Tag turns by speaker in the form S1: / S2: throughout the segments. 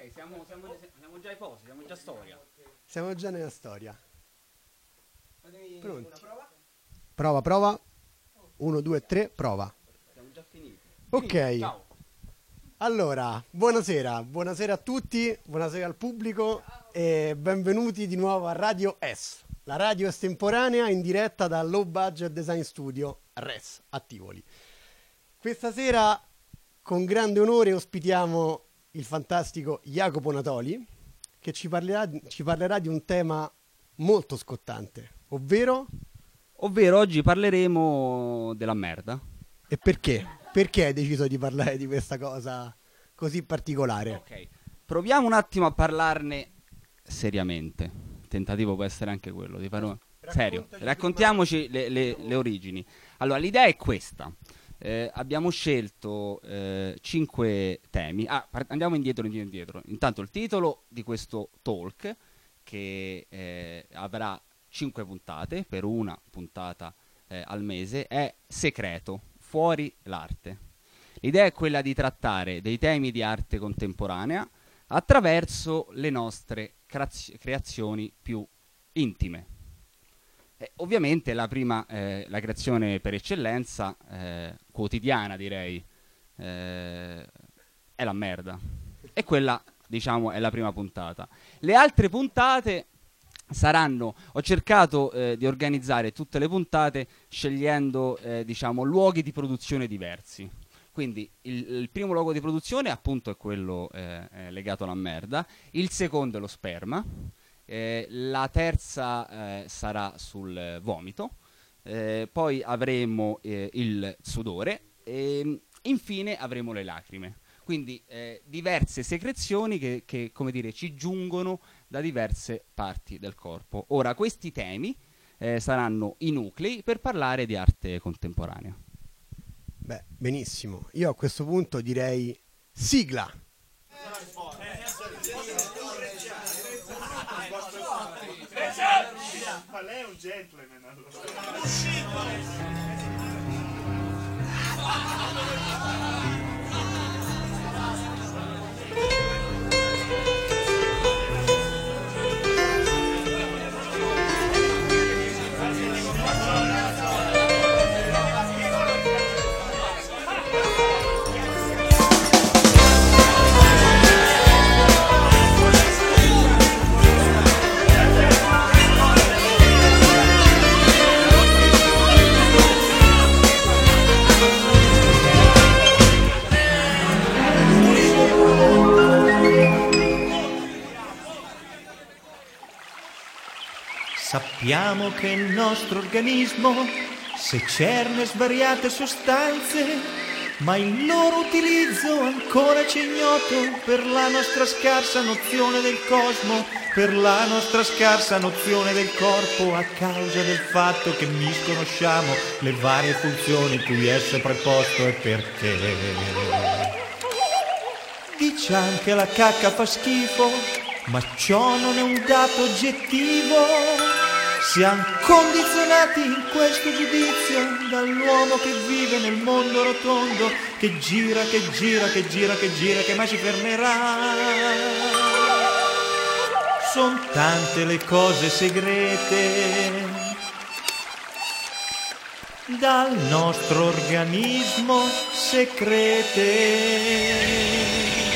S1: Ok, siamo già ai posti, siamo già storia.
S2: Siamo già nella storia. Pronti?
S1: Una prova?
S2: Prova, prova. 1, 2, 3, prova.
S1: Siamo già finiti.
S2: Ok.
S1: Ciao.
S2: Allora, buonasera a tutti, buonasera al pubblico e benvenuti di nuovo a Radio S, la radio estemporanea in diretta dal Low Budget Design Studio RES a Tivoli. Questa sera con grande onore ospitiamo il fantastico Jacopo Natoli che ci parlerà di un tema molto scottante, ovvero
S1: oggi parleremo della merda.
S2: E perché? Perché hai deciso di parlare di questa cosa così particolare?
S1: Ok, proviamo un attimo a parlarne seriamente. Il tentativo può essere anche quello di fare serio. Raccontiamoci le origini. Allora, l'idea è questa. Abbiamo scelto 5 temi. Andiamo indietro. Intanto il titolo di questo talk, che avrà 5 puntate, per una puntata al mese, è Secreto, fuori l'arte. L'idea è quella di trattare dei temi di arte contemporanea attraverso le nostre creazioni più intime. Ovviamente la creazione per eccellenza, quotidiana direi, è la merda. E quella, diciamo, è la prima puntata. Le altre puntate saranno, ho cercato di organizzare tutte le puntate scegliendo diciamo luoghi di produzione diversi. Quindi il primo luogo di produzione appunto è quello legato alla merda, il secondo è lo sperma, la terza sarà sul vomito, poi avremo il sudore e infine avremo le lacrime. Quindi diverse secrezioni che come dire, ci giungono da diverse parti del corpo. Ora, questi temi saranno i nuclei per parlare di arte contemporanea.
S2: Beh, benissimo. Io a questo punto direi sigla.
S3: Ma lei è un gentleman allora.
S4: Sappiamo che il nostro organismo secerne svariate sostanze, ma il loro utilizzo ancora ci è ignoto per la nostra scarsa nozione del cosmo, per la nostra scarsa nozione del corpo, a causa del fatto che misconosciamo le varie funzioni cui esso è preposto e perché. Diciamo che la cacca fa schifo, ma ciò non è un dato oggettivo. Siamo condizionati in questo giudizio dall'uomo che vive nel mondo rotondo, che gira, che mai si fermerà. Sono tante le cose segrete dal nostro organismo secrete.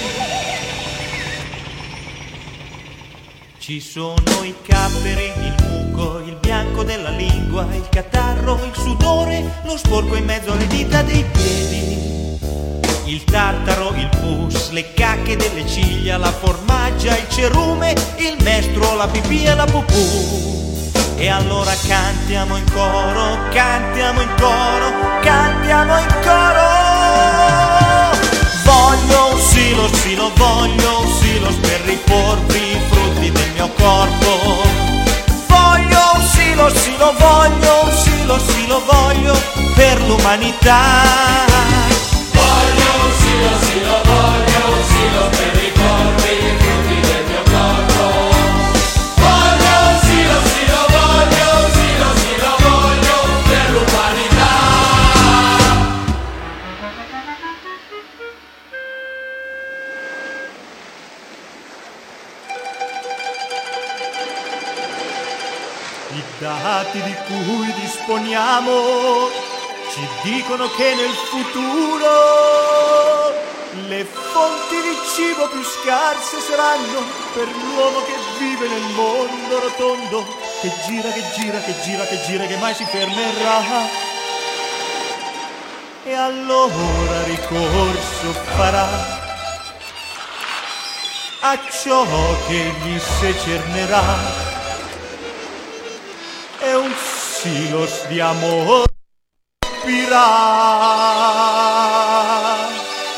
S4: Ci sono i capperi, il muco, il bianco della lingua, il catarro, il sudore, lo sporco in mezzo alle dita dei piedi, il tartaro, il pus, le cacche delle ciglia, la formaggia, il cerume, il mestro, la pipì e la pupù. E allora cantiamo in coro, cantiamo in coro, cantiamo in coro. Voglio un silos, sì lo voglio, un silos per riporvi i frutti del mio corpo. Voglio un silos, sì lo voglio, un silos, sì lo voglio per l'umanità.
S5: Voglio un silos, sì lo voglio, un silos per riporvi i frutti del mio corpo. Voglio un silos, sì lo voglio, un silos, sì lo voglio per l'umanità.
S4: I dati di cui disponiamo ci dicono che nel futuro le fonti di cibo più scarse saranno per l'uomo che vive nel mondo rotondo, che gira, che gira, che gira, che gira, che mai si fermerà. E allora ricorso farà a ciò che gli secernerà. E un silos di amore spirà.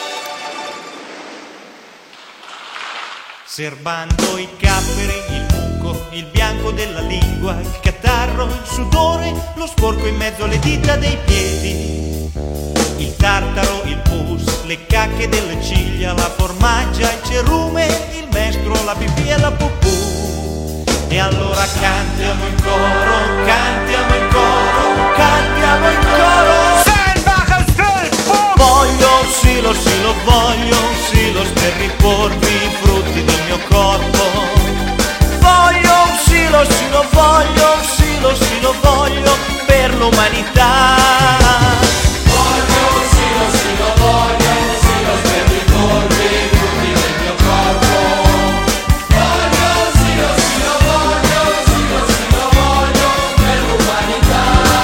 S4: Serbando i capperi, il buco, il bianco della lingua, il catarro, il sudore, lo sporco in mezzo alle dita dei piedi, il tartaro, il pus, le cacche delle ciglia, la formaggia, il cerume, il mestro, la pipì e la pupù. E allora cantiamo in coro, cantiamo in coro, cantiamo in coro. Voglio un silos, sì lo voglio, un silos per riporvi i frutti del mio corpo. Voglio un silos, sì lo voglio, un silos, sì lo voglio per l'umanità.
S5: Voglio un silos, sì lo voglio, un silos per riporvi i frutti del mio corpo. Voglio un silos, sì lo voglio, un silos, sì lo voglio per l'umanità.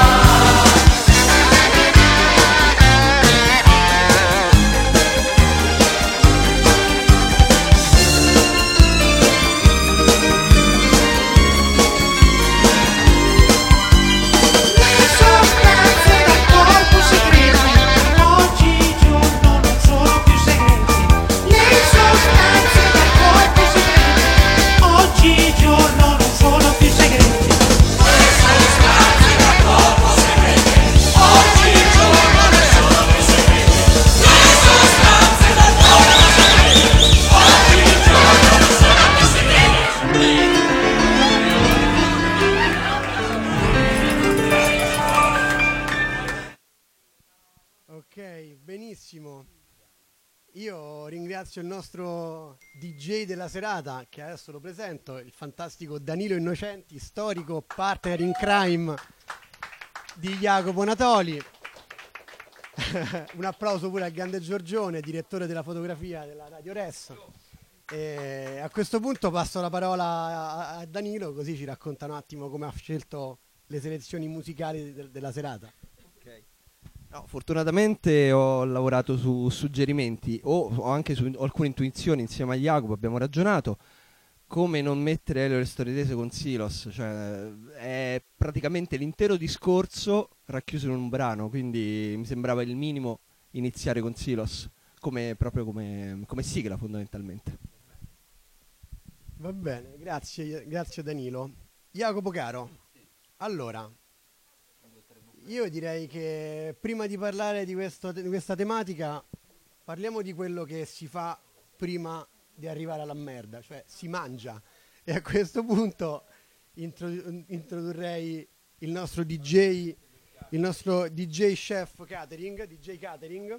S2: Io ringrazio il nostro DJ della serata, che adesso lo presento, il fantastico Danilo Innocenti, storico partner in crime di Jacopo Natoli. Un applauso pure al grande Giorgione, direttore della fotografia della Radio Res. E a questo punto passo la parola a Danilo, così ci racconta un attimo come ha scelto le selezioni musicali della serata.
S6: No, fortunatamente ho lavorato su suggerimenti o anche su alcune intuizioni insieme a Jacopo, abbiamo ragionato come non mettere Elio e le storie tese con Silos, cioè è praticamente l'intero discorso racchiuso in un brano, quindi mi sembrava il minimo iniziare con Silos proprio come sigla fondamentalmente.
S2: Va bene, grazie Danilo. Jacopo caro, allora io direi che prima di parlare di questa tematica parliamo di quello che si fa prima di arrivare alla merda, cioè si mangia. E a questo punto introdurrei il nostro DJ chef catering, DJ catering.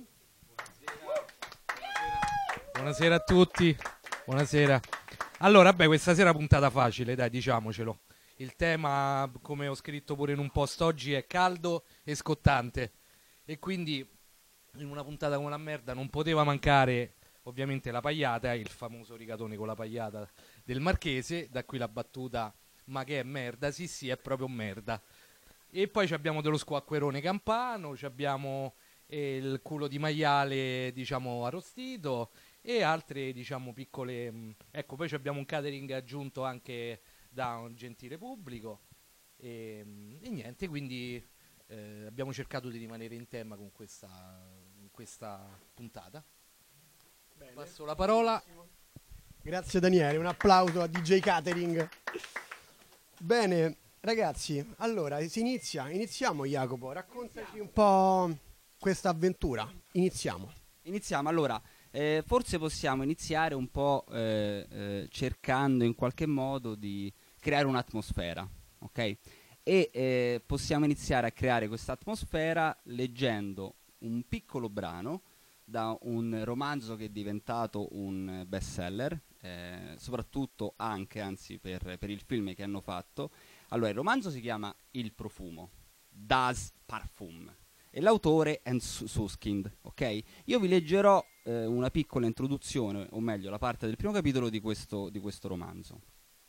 S7: Buonasera a tutti, buonasera. Allora, questa sera puntata facile, dai, diciamocelo. Il tema, come ho scritto pure in un post oggi, è caldo e scottante. E quindi in una puntata come la merda non poteva mancare ovviamente la pagliata, il famoso rigatone con la pagliata del Marchese, da qui la battuta ma che è merda, sì è proprio merda. E poi abbiamo dello squacquerone campano, abbiamo il culo di maiale diciamo arrostito e altre diciamo piccole, ecco, poi abbiamo un catering aggiunto anche da un gentile pubblico e niente, quindi abbiamo cercato di rimanere in tema con questa puntata. Bene. Passo la parola.
S2: Grazie Daniele, un applauso a DJ Catering. Bene ragazzi, allora iniziamo Jacopo, raccontaci un po' questa avventura. Iniziamo,
S1: allora forse possiamo iniziare un po' cercando in qualche modo di creare un'atmosfera, ok? E possiamo iniziare a creare questa atmosfera leggendo un piccolo brano da un romanzo che è diventato un bestseller soprattutto anzi per il film che hanno fatto. Allora, il romanzo si chiama Il profumo, Das Parfum, e l'autore è Suskind, ok? Io vi leggerò una piccola introduzione, o meglio la parte del primo capitolo di questo romanzo.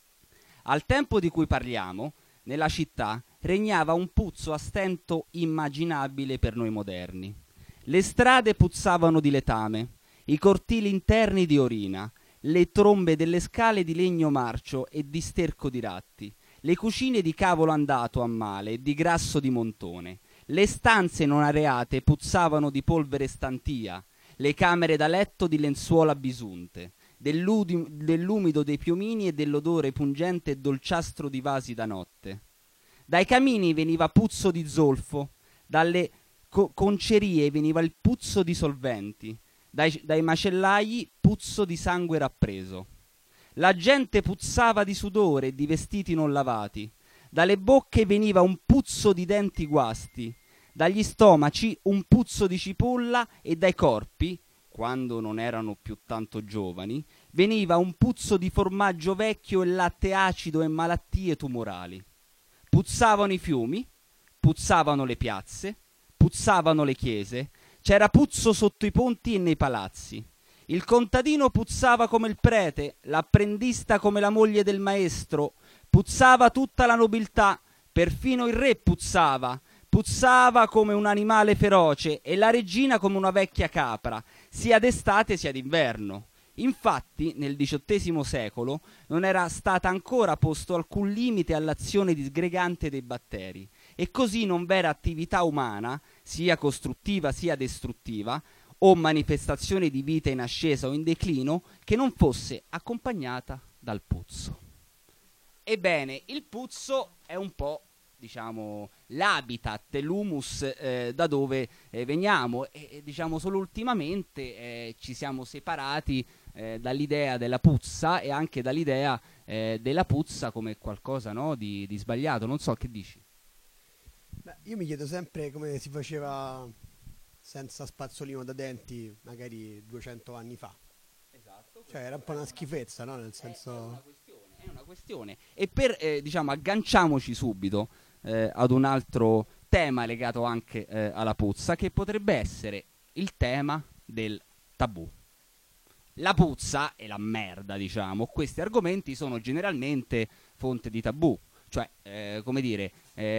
S1: Al tempo di cui parliamo, nella città regnava un puzzo a stento immaginabile per noi moderni. Le strade puzzavano di letame, i cortili interni di orina, le trombe delle scale di legno marcio e di sterco di ratti, le cucine di cavolo andato a male e di grasso di montone, le stanze non areate puzzavano di polvere stantia, le camere da letto di lenzuola bisunte, dell'umido dei piumini e dell'odore pungente e dolciastro di vasi da notte. Dai camini veniva puzzo di zolfo, dalle concerie veniva il puzzo di solventi, dai macellai puzzo di sangue rappreso. La gente puzzava di sudore e di vestiti non lavati, dalle bocche veniva un puzzo di denti guasti, dagli stomaci un puzzo di cipolla e dai corpi, quando non erano più tanto giovani, veniva un puzzo di formaggio vecchio e latte acido e malattie tumorali. Puzzavano i fiumi, puzzavano le piazze, puzzavano le chiese, c'era puzzo sotto i ponti e nei palazzi. Il contadino puzzava come il prete, l'apprendista come la moglie del maestro, puzzava tutta la nobiltà, perfino il re puzzava come un animale feroce e la regina come una vecchia capra, sia d'estate sia d'inverno. Infatti, nel XVIII secolo non era stata ancora posto alcun limite all'azione disgregante dei batteri, e così non v'era attività umana, sia costruttiva sia distruttiva, o manifestazione di vita in ascesa o in declino, che non fosse accompagnata dal puzzo. Ebbene, il puzzo è un po', diciamo, l'habitat, l'humus da dove veniamo, e diciamo solo ultimamente ci siamo separati dall'idea della puzza e anche dall'idea della puzza come qualcosa, no, di sbagliato. Non so, che dici?
S2: Beh, io mi chiedo sempre come si faceva senza spazzolino da denti magari 200 anni fa.
S1: Esatto.
S2: Cioè era un po' una schifezza, no? Nel senso...
S1: È una questione. E per, diciamo, agganciamoci subito ad un altro tema legato anche alla puzza, che potrebbe essere il tema del tabù. La puzza e la merda, diciamo, questi argomenti sono generalmente fonte di tabù, cioè, come dire,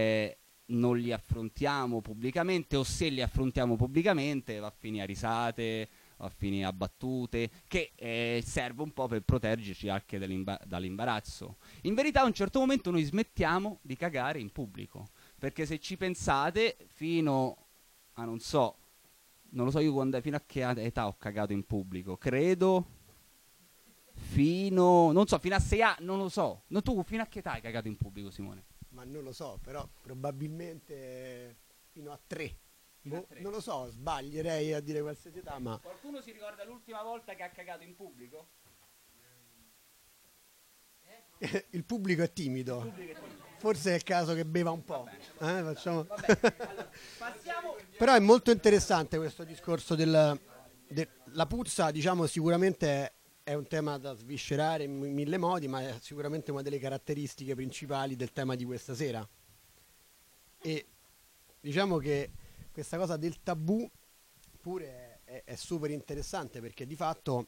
S1: non li affrontiamo pubblicamente, o se li affrontiamo pubblicamente va a finire a risate, va a finire a battute, che serve un po' per proteggerci anche dall'imbarazzo. In verità a un certo momento noi smettiamo di cagare in pubblico, perché se ci pensate, fino a non lo so io fino a che età ho cagato in pubblico, credo fino a 6 anni, non lo so. No, tu fino a che età hai cagato in pubblico, Simone?
S2: Ma non lo so, però probabilmente fino a 3. Non lo so, sbaglierei a dire qualsiasi età, ma...
S1: Qualcuno si ricorda l'ultima volta che ha cagato in pubblico?
S2: Il pubblico è timido. Forse è il caso che beva un po'. Facciamo...
S1: Allora, passiamo...
S2: Però è molto interessante questo discorso della puzza, diciamo, sicuramente è un tema da sviscerare in mille modi, ma è sicuramente una delle caratteristiche principali del tema di questa sera. E diciamo che questa cosa del tabù pure è super interessante, perché di fatto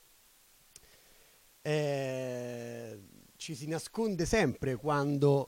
S2: ci si nasconde sempre quando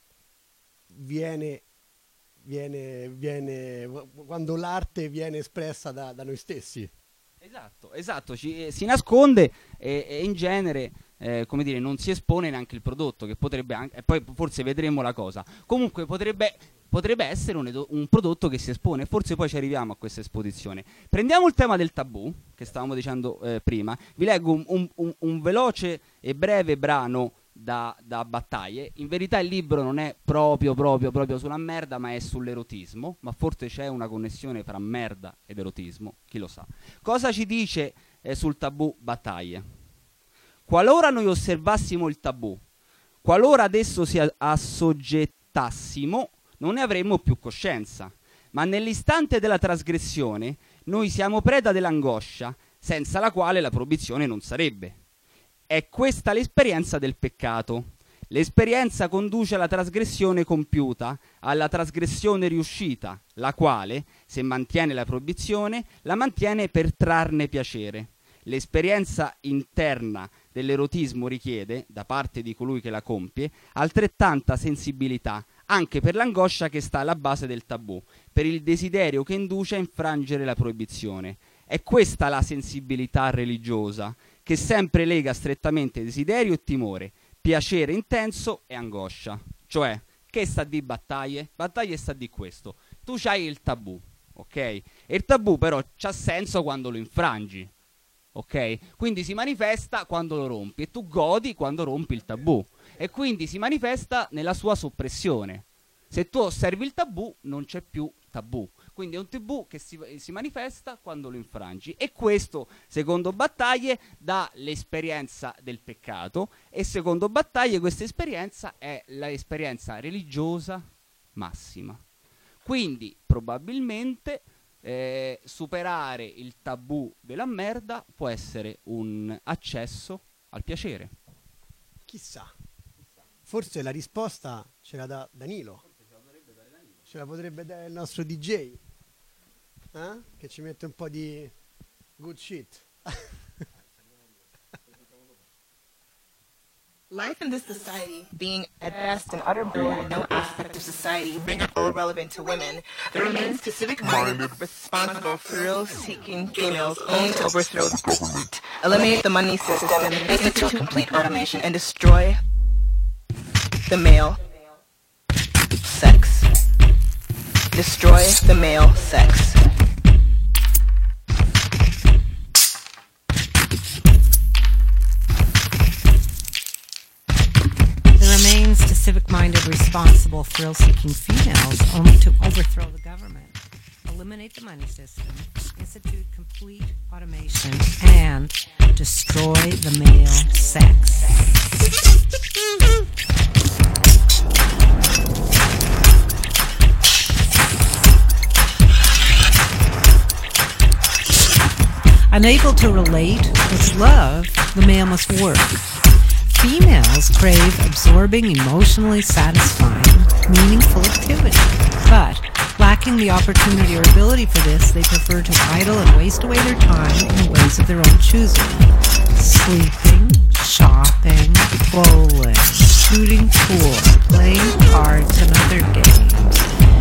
S2: quando l'arte viene espressa da noi stessi.
S1: Esatto, si nasconde e in genere, come dire, non si espone neanche il prodotto, che potrebbe anche, e poi forse vedremo la cosa. Comunque potrebbe essere un prodotto che si espone, forse poi ci arriviamo a questa esposizione. Prendiamo il tema del tabù, che stavamo dicendo prima, vi leggo un veloce e breve brano da Battaglie. In verità il libro non è proprio sulla merda, ma è sull'erotismo, ma forse c'è una connessione fra merda ed erotismo, chi lo sa. Cosa ci dice sul tabù Battaglie? Qualora noi osservassimo il tabù, qualora adesso si assoggettassimo, non ne avremmo più coscienza, ma nell'istante della trasgressione noi siamo preda dell'angoscia, senza la quale la proibizione non sarebbe. è questa l'esperienza del peccato. L'esperienza conduce alla trasgressione compiuta, alla trasgressione riuscita, la quale, se mantiene la proibizione, la mantiene per trarne piacere. L'esperienza interna dell'erotismo richiede, da parte di colui che la compie, altrettanta sensibilità, anche per l'angoscia che sta alla base del tabù, per il desiderio che induce a infrangere la proibizione. È questa la sensibilità religiosa, che sempre lega strettamente desiderio e timore, piacere intenso e angoscia. Cioè, che sta di battaglie? Battaglie sta di questo. Tu c'hai il tabù, ok? E il tabù però c'ha senso quando lo infrangi, ok? Quindi si manifesta quando lo rompi e tu godi quando rompi il tabù. E quindi si manifesta nella sua soppressione. Se tu osservi il tabù, non c'è più tabù. Quindi è un tabù che si manifesta quando lo infrangi. E questo, secondo Battaglie, dà l'esperienza del peccato. E secondo Battaglie questa esperienza è l'esperienza religiosa massima. Quindi, probabilmente, superare il tabù della merda può essere un accesso al piacere.
S2: Chissà. Forse la risposta ce la dà Danilo. Ce la potrebbe dare il nostro DJ, che ci mette un po' di good shit.
S8: Life in this society, being at best an utter bore in no aspect of society, being irrelevant to women, there remains to civic-minded, responsible, thrill-seeking females only to overthrow the government, eliminate the money system, make it to complete automation, and destroy the male sex. Destroy the male sex.
S9: There remains to civic-minded, responsible, thrill-seeking females only to overthrow the government, eliminate the money system, institute complete automation, and destroy the male sex. Unable to relate with love, the male must work. Females crave absorbing, emotionally satisfying, meaningful activity. But, lacking the opportunity or ability for this, they prefer to idle and waste away their time in ways of their own choosing. Sleeping, shopping, bowling, shooting pool, playing cards and other games,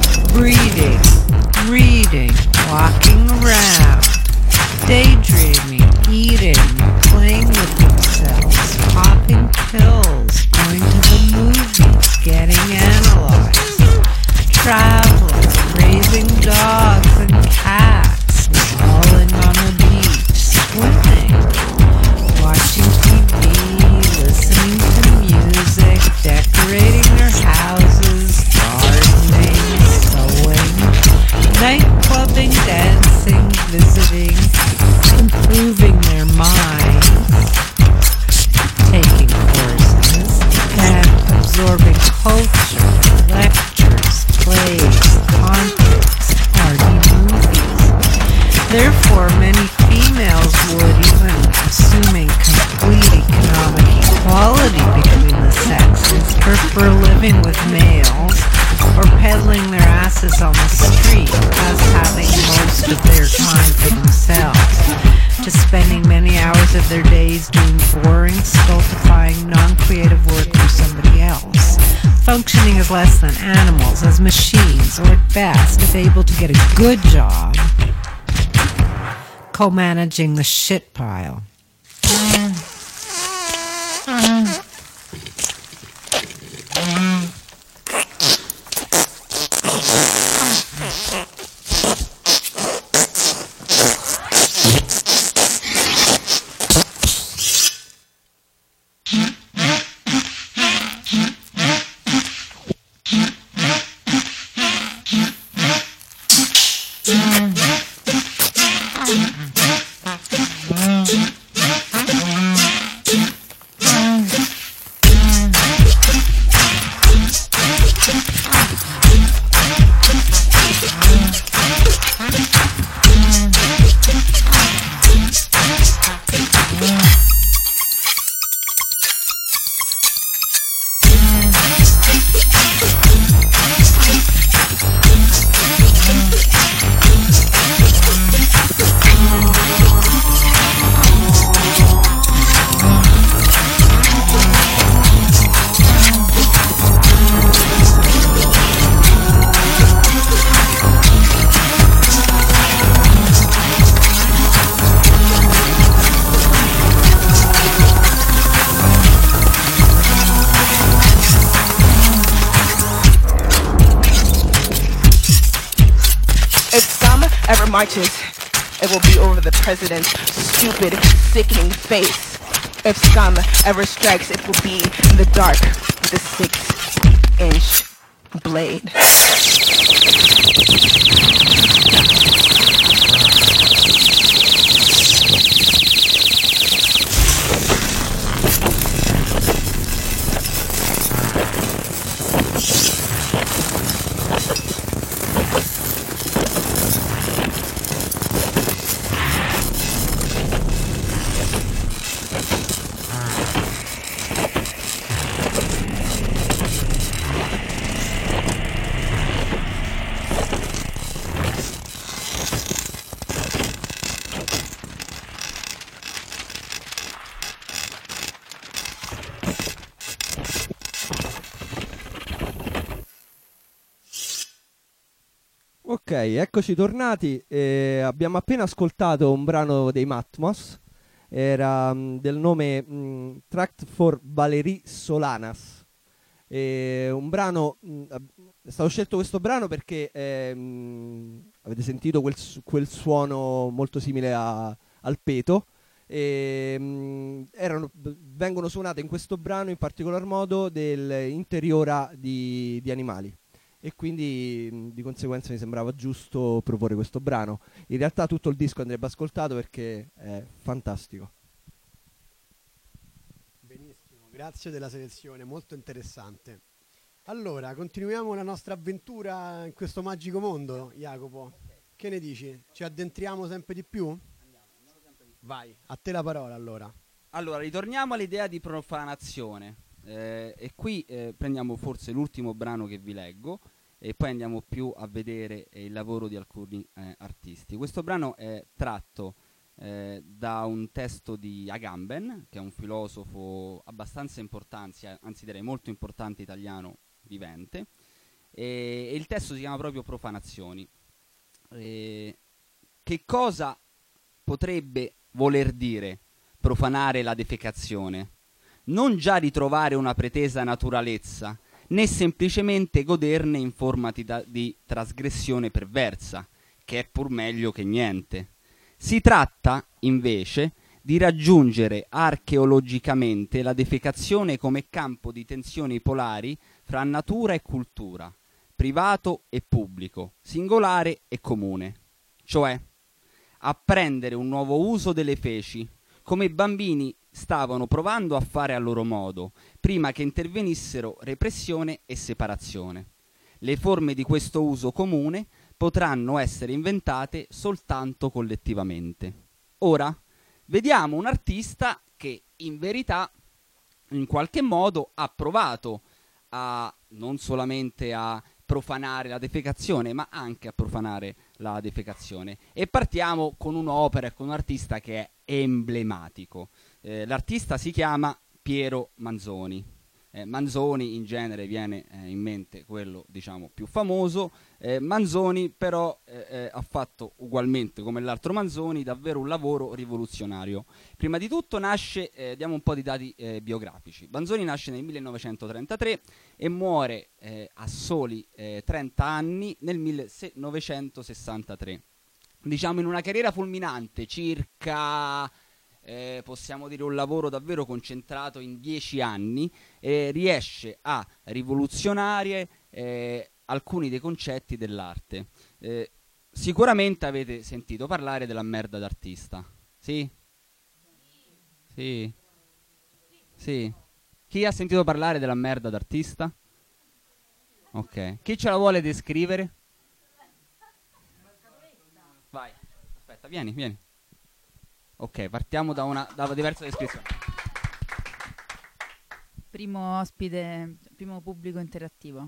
S9: reading, walking around, daydreaming, eating, playing with themselves, popping pills, going to the movies, getting analyzed, traveling, raising dogs and cats, falling on the beach, swimming, watching TV, listening to music, decorating their houses, gardening, sewing, nightclubbing, dancing, visiting, improving their minds, taking courses, and absorbing culture, lectures, plays, concerts, party movies. Therefore, many females would, even assuming complete economic equality between the sexes, prefer living with males or peddling their asses on the street as having most of their time for themselves, to spending many hours of their days doing boring, stultifying, non-creative work for somebody else, functioning as less than animals, as machines, or at best, if able to get a good job, co-managing the shit pile.
S8: marches, it will be over the president's stupid, sickening face. If scum ever strikes, it will be in the dark with a 6-inch blade.
S6: Ok, eccoci tornati. Abbiamo appena ascoltato un brano dei Matmos. Era del nome Tract for Valérie Solanas. Un brano. È stato scelto questo brano perché avete sentito quel suono molto simile al peto. Vengono suonate in questo brano in particolar modo dell'interiora di animali. E quindi di conseguenza mi sembrava giusto proporre questo brano. In realtà tutto il disco andrebbe ascoltato perché è fantastico.
S2: Benissimo, grazie della selezione, molto interessante. Allora, continuiamo la nostra avventura in questo magico mondo, Jacopo. Che ne dici? Ci addentriamo sempre di più? Andiamo sempre di più. Vai, a te la parola allora.
S1: Allora, ritorniamo all'idea di profanazione. E qui prendiamo forse l'ultimo brano che vi leggo e poi andiamo più a vedere il lavoro di alcuni artisti. Questo brano è tratto da un testo di Agamben, che è un filosofo abbastanza importante, anzi direi molto importante italiano vivente, e il testo si chiama proprio Profanazioni. Che cosa potrebbe voler dire profanare la defecazione? Non già ritrovare una pretesa naturalezza, né semplicemente goderne in forma di trasgressione perversa, che è pur meglio che niente. Si tratta, invece, di raggiungere archeologicamente la defecazione come campo di tensioni polari fra natura e cultura, privato e pubblico, singolare e comune, cioè apprendere un nuovo uso delle feci, come i bambini stavano provando a fare a loro modo, prima che intervenissero repressione e separazione. Le forme di questo uso comune potranno essere inventate soltanto collettivamente. Ora, vediamo un artista che in verità, in qualche modo, ha provato a non solamente a profanare la defecazione, ma anche a profanare la defecazione. E partiamo con un'opera e con un artista che è emblematico. L'artista si chiama Piero Manzoni. Manzoni in genere viene in mente quello diciamo più famoso. Manzoni però ha fatto ugualmente come l'altro Manzoni davvero un lavoro rivoluzionario. Prima di tutto nasce, diamo un po' di dati biografici. Manzoni nasce nel 1933 e muore a soli 30 anni nel 1963. Diciamo in una carriera fulminante, circa possiamo dire un lavoro davvero concentrato in 10 anni, riesce a rivoluzionare alcuni dei concetti dell'arte. Sicuramente avete sentito parlare della merda d'artista, sì? Sì. Sì. Chi ha sentito parlare della merda d'artista? Ok. Chi ce la vuole descrivere? Vai. Aspetta, vieni. Ok, partiamo da diversa descrizione.
S10: Primo ospite, primo pubblico interattivo.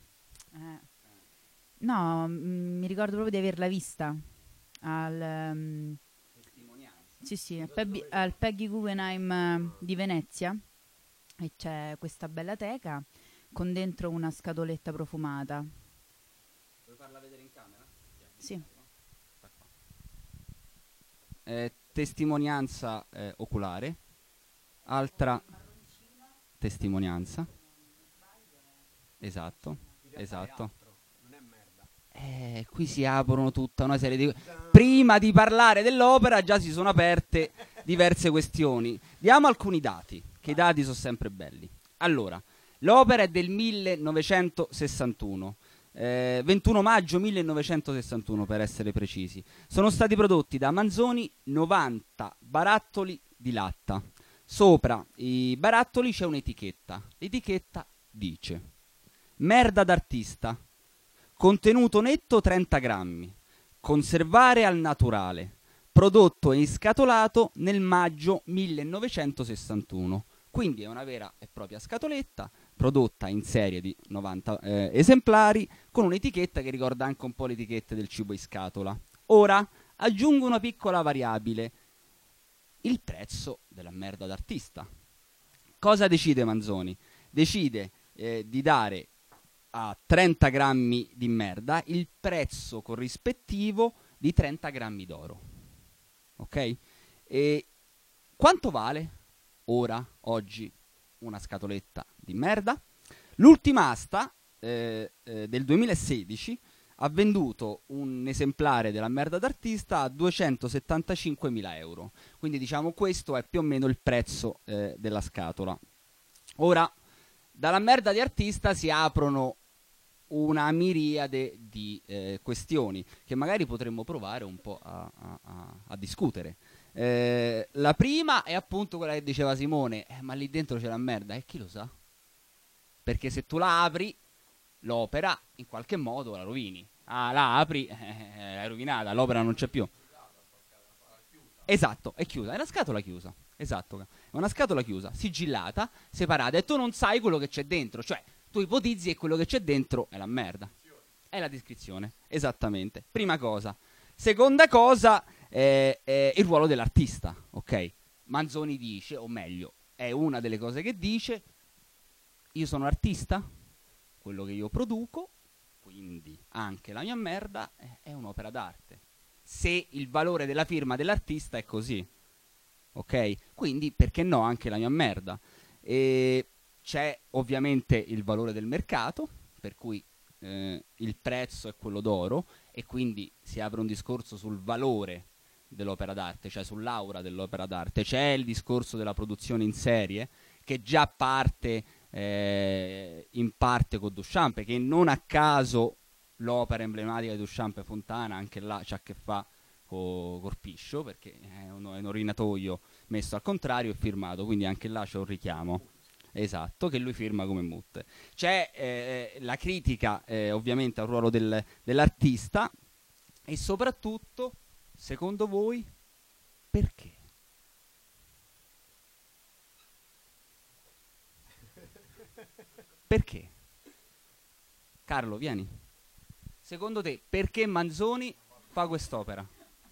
S10: No, mi ricordo proprio di averla vista al sì, al Peggy Guggenheim di Venezia, e c'è questa bella teca con dentro una scatoletta profumata.
S1: Vuoi farla vedere in camera?
S10: Sì.
S1: Testimonianza oculare, altra testimonianza. Esatto.
S2: Non è merda.
S1: qui si aprono tutta una serie di... Prima di parlare dell'opera già si sono aperte diverse questioni. Diamo alcuni dati, che i dati sono sempre belli. Allora, l'opera è del 1961, 21 maggio 1961 per essere precisi. Sono stati prodotti da Manzoni 90 barattoli di latta. Sopra i barattoli c'è un'etichetta. L'etichetta dice: merda d'artista, contenuto netto 30 grammi, conservare al naturale, prodotto e inscatolato nel maggio 1961. Quindi è una vera e propria scatoletta prodotta in serie di 90 esemplari, con un'etichetta che ricorda anche un po' le etichette del cibo in scatola. Ora aggiungo una piccola variabile: il prezzo della merda d'artista. Cosa decide Manzoni? Decide di dare a 30 grammi di merda il prezzo corrispettivo di 30 grammi d'oro. Ok? E quanto vale ora, oggi, una scatoletta di merda? L'ultima asta del 2016 ha venduto un esemplare della merda d'artista a 275.000 euro. Quindi diciamo questo è più o meno il prezzo della scatola. Ora, dalla merda di artista si aprono una miriade di questioni che magari potremmo provare un po' a discutere. La prima è appunto quella che diceva Simone: ma lì dentro c'è la merda, e chi lo sa? Perché se tu la apri, l'opera in qualche modo la rovini. La apri, è rovinata, l'opera non c'è più. Esatto, è chiusa, è una scatola chiusa. Esatto, è una scatola chiusa, sigillata, separata, e tu non sai quello che c'è dentro. Cioè, tu ipotizzi che quello che c'è dentro è la merda. È la descrizione, esattamente. Prima cosa. Seconda cosa, il ruolo dell'artista, ok? Manzoni dice, o meglio, è una delle cose che dice: io sono artista, quello che io produco, quindi anche la mia merda è un'opera d'arte. Se il valore della firma dell'artista è così, ok? Quindi perché no anche la mia merda? E c'è ovviamente il valore del mercato, per cui il prezzo è quello d'oro, e quindi si apre un discorso sul valore dell'opera d'arte, cioè sull'aura dell'opera d'arte. C'è il discorso della produzione in serie, che già parte in parte con Duchamp, che non a caso l'opera emblematica di Duchamp, Fontana, anche là c'ha a che fa con Corpiscio, perché è un orinatoio messo al contrario e firmato, quindi anche là c'è un richiamo. Esatto, che lui firma come Mutte. C'è la critica ovviamente al ruolo dell'artista, e soprattutto, secondo voi, perché? Perché? Carlo, vieni. Secondo te, perché Manzoni fa quest'opera?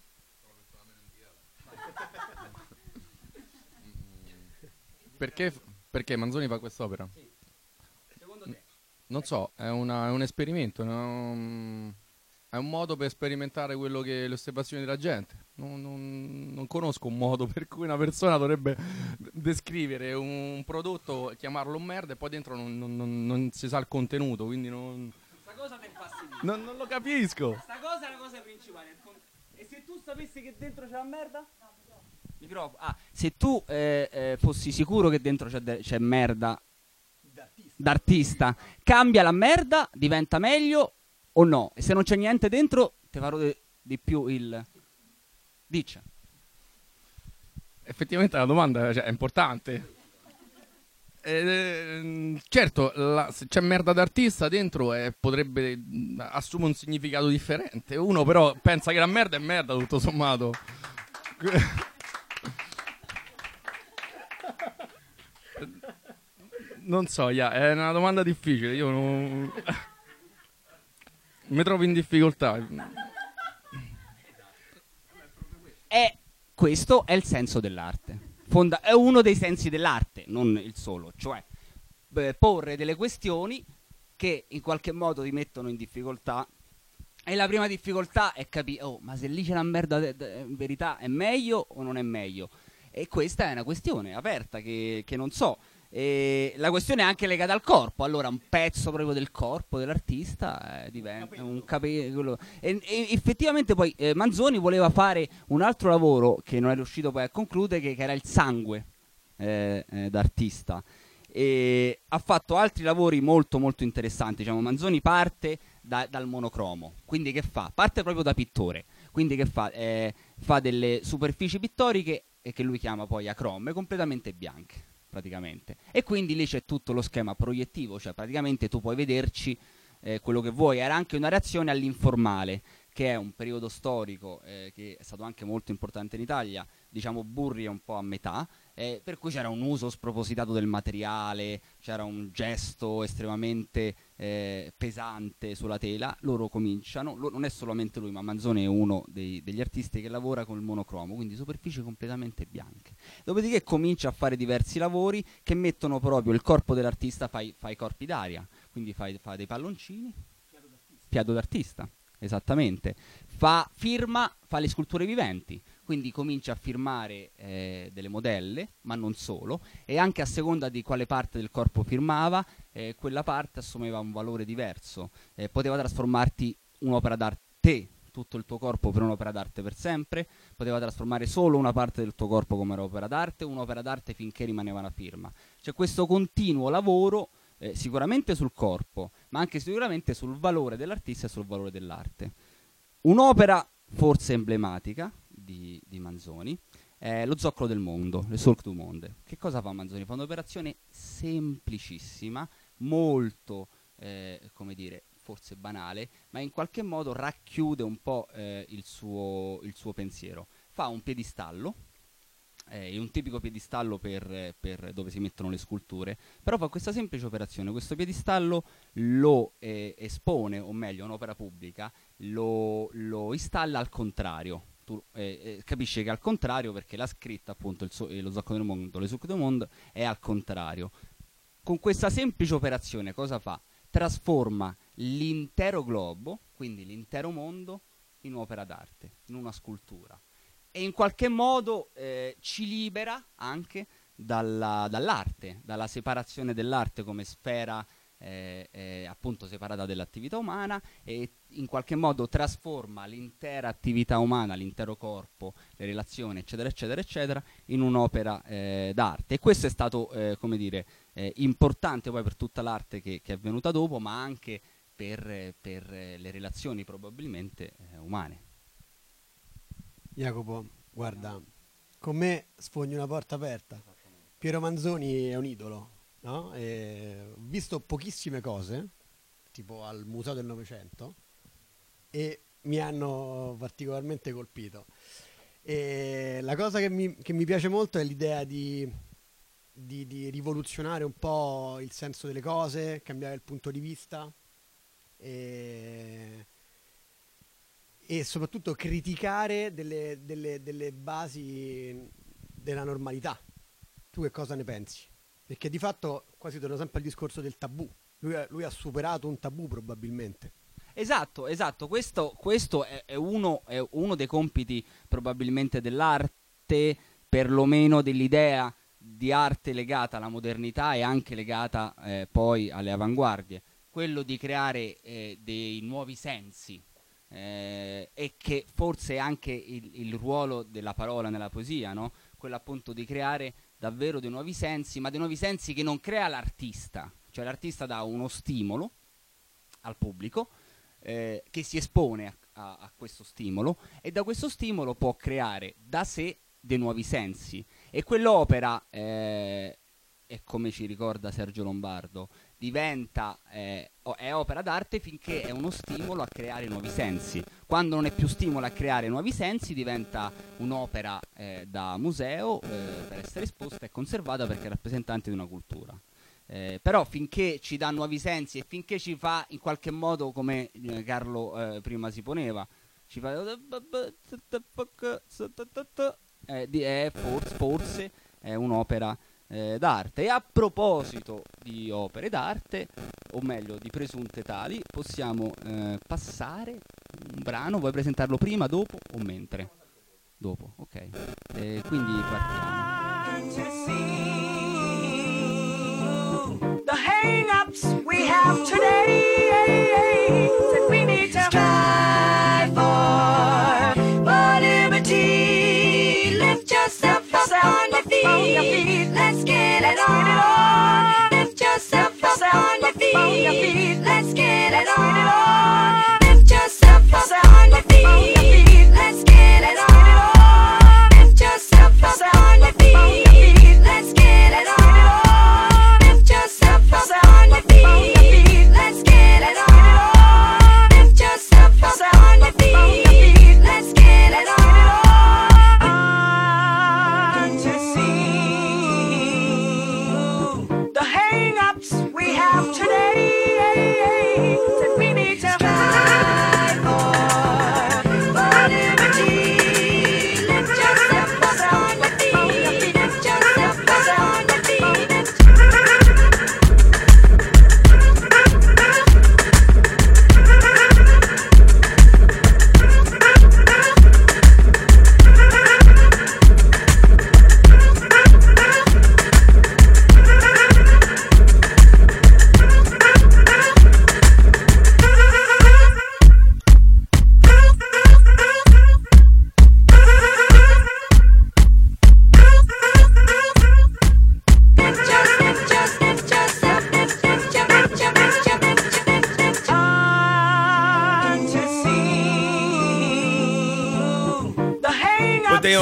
S11: Perché Manzoni fa quest'opera?
S1: Sì. Secondo te?
S11: Non so, è un esperimento, è un modo per sperimentare quello che le osservazioni della gente. Non conosco un modo per cui una persona dovrebbe descrivere un prodotto, chiamarlo merda, e poi dentro non si sa il contenuto, quindi non...
S1: Questa cosa ti infastidisce.
S11: Non lo capisco.
S1: Questa cosa è la cosa principale. E se tu sapessi che dentro c'è la merda? Microfono. Se tu fossi sicuro che dentro c'è merda d'artista, cambia la merda, diventa meglio o no? E se non c'è niente dentro, te farò di più il... Dice.
S11: Effettivamente la domanda, cioè, è importante. Certo, se c'è merda d'artista dentro, potrebbe assumere un significato differente. Uno però pensa che la merda è merda, tutto sommato. Non so, è una domanda difficile. Io non... mi trovo in difficoltà.
S1: Questo è il senso dell'arte. È uno dei sensi dell'arte, non il solo. Cioè, porre delle questioni che in qualche modo ti mettono in difficoltà. E la prima difficoltà è capire: oh, ma se lì c'è la merda in verità è meglio o non è meglio? E questa è una questione aperta che non so. E la questione è anche legata al corpo. Allora, un pezzo proprio del corpo dell'artista diventa un capello. E effettivamente poi Manzoni voleva fare un altro lavoro che non è riuscito poi a concludere, che era il sangue d'artista. E ha fatto altri lavori molto molto interessanti. Diciamo, Manzoni parte dal monocromo. Quindi che fa? Parte proprio da pittore. Quindi che fa? Fa delle superfici pittoriche che lui chiama poi acrome, completamente bianche praticamente, e quindi lì c'è tutto lo schema proiettivo, cioè praticamente tu puoi vederci quello che vuoi. Era anche una reazione all'informale, che è un periodo storico che è stato anche molto importante in Italia. Diciamo Burri è un po' a metà, per cui c'era un uso spropositato del materiale, c'era un gesto estremamente pesante sulla tela. Loro cominciano, non è solamente lui, ma Manzoni è uno degli artisti che lavora con il monocromo, quindi superfici completamente bianche. Dopodiché comincia a fare diversi lavori che mettono proprio il corpo dell'artista, fa i corpi d'aria, quindi fa dei palloncini, fiato d'artista, esattamente, fa le sculture viventi, quindi comincia a firmare delle modelle, ma non solo, e anche a seconda di quale parte del corpo firmava, quella parte assumeva un valore diverso. Poteva trasformarti un'opera d'arte, tutto il tuo corpo per un'opera d'arte per sempre, poteva trasformare solo una parte del tuo corpo come un'opera d'arte finché rimaneva una firma. C'è questo continuo lavoro sicuramente sul corpo, ma anche sicuramente sul valore dell'artista e sul valore dell'arte. Un'opera forse emblematica di Manzoni è Lo zoccolo del mondo, Le Cirque du Monde. Che cosa fa Manzoni? Fa un'operazione semplicissima, molto, come dire, forse banale, ma in qualche modo racchiude un po' il suo pensiero. Fa un piedistallo, è un tipico piedistallo per dove si mettono le sculture, però fa questa semplice operazione. Questo piedistallo lo espone, o meglio un'opera pubblica lo installa al contrario. Tu capisci che è al contrario perché la scritta, appunto, Lo zoccolo del mondo, Le Cirque du Monde, è al contrario. Con questa semplice operazione cosa fa? Trasforma l'intero globo, quindi l'intero mondo, in un'opera d'arte, in una scultura. E in qualche modo ci libera anche dall'arte, dalla separazione dell'arte come sfera appunto separata dall'attività umana, e in qualche modo trasforma l'intera attività umana, l'intero corpo, le relazioni, eccetera, eccetera, eccetera, in un'opera d'arte. E questo è stato, come dire, importante poi per tutta l'arte che è venuta dopo, ma anche per le relazioni probabilmente umane.
S2: Jacopo, guarda, con me sfogni una porta aperta. Piero Manzoni è un idolo, no? Ho visto pochissime cose, tipo al Museo del Novecento, e mi hanno particolarmente colpito. E la cosa che mi piace molto è l'idea di rivoluzionare un po' il senso delle cose, cambiare il punto di vista e soprattutto criticare delle basi della normalità. Tu che cosa ne pensi? Perché di fatto quasi torno sempre al discorso del tabù. Lui ha superato un tabù probabilmente.
S1: Esatto. Questo è uno dei compiti probabilmente dell'arte, perlomeno dell'idea di arte legata alla modernità e anche legata poi alle avanguardie. Quello di creare dei nuovi sensi. E che forse è anche il ruolo della parola nella poesia, no? Quello appunto di creare davvero dei nuovi sensi, ma dei nuovi sensi che non crea l'artista, cioè l'artista dà uno stimolo al pubblico che si espone a questo stimolo, e da questo stimolo può creare da sé dei nuovi sensi. E quell'opera è come ci ricorda Sergio Lombardo, diventa è opera d'arte finché è uno stimolo a creare nuovi sensi. Quando non è più stimolo a creare nuovi sensi, diventa un'opera da museo per essere esposta e conservata perché è rappresentante di una cultura. Però finché ci dà nuovi sensi e finché ci fa in qualche modo, come Carlo prima si poneva, ci fa forse è un'opera d'arte. E a proposito di opere d'arte, o meglio di presunte tali, possiamo passare un brano. Vuoi presentarlo prima, dopo o mentre? Dopo, ok. Quindi partiamo.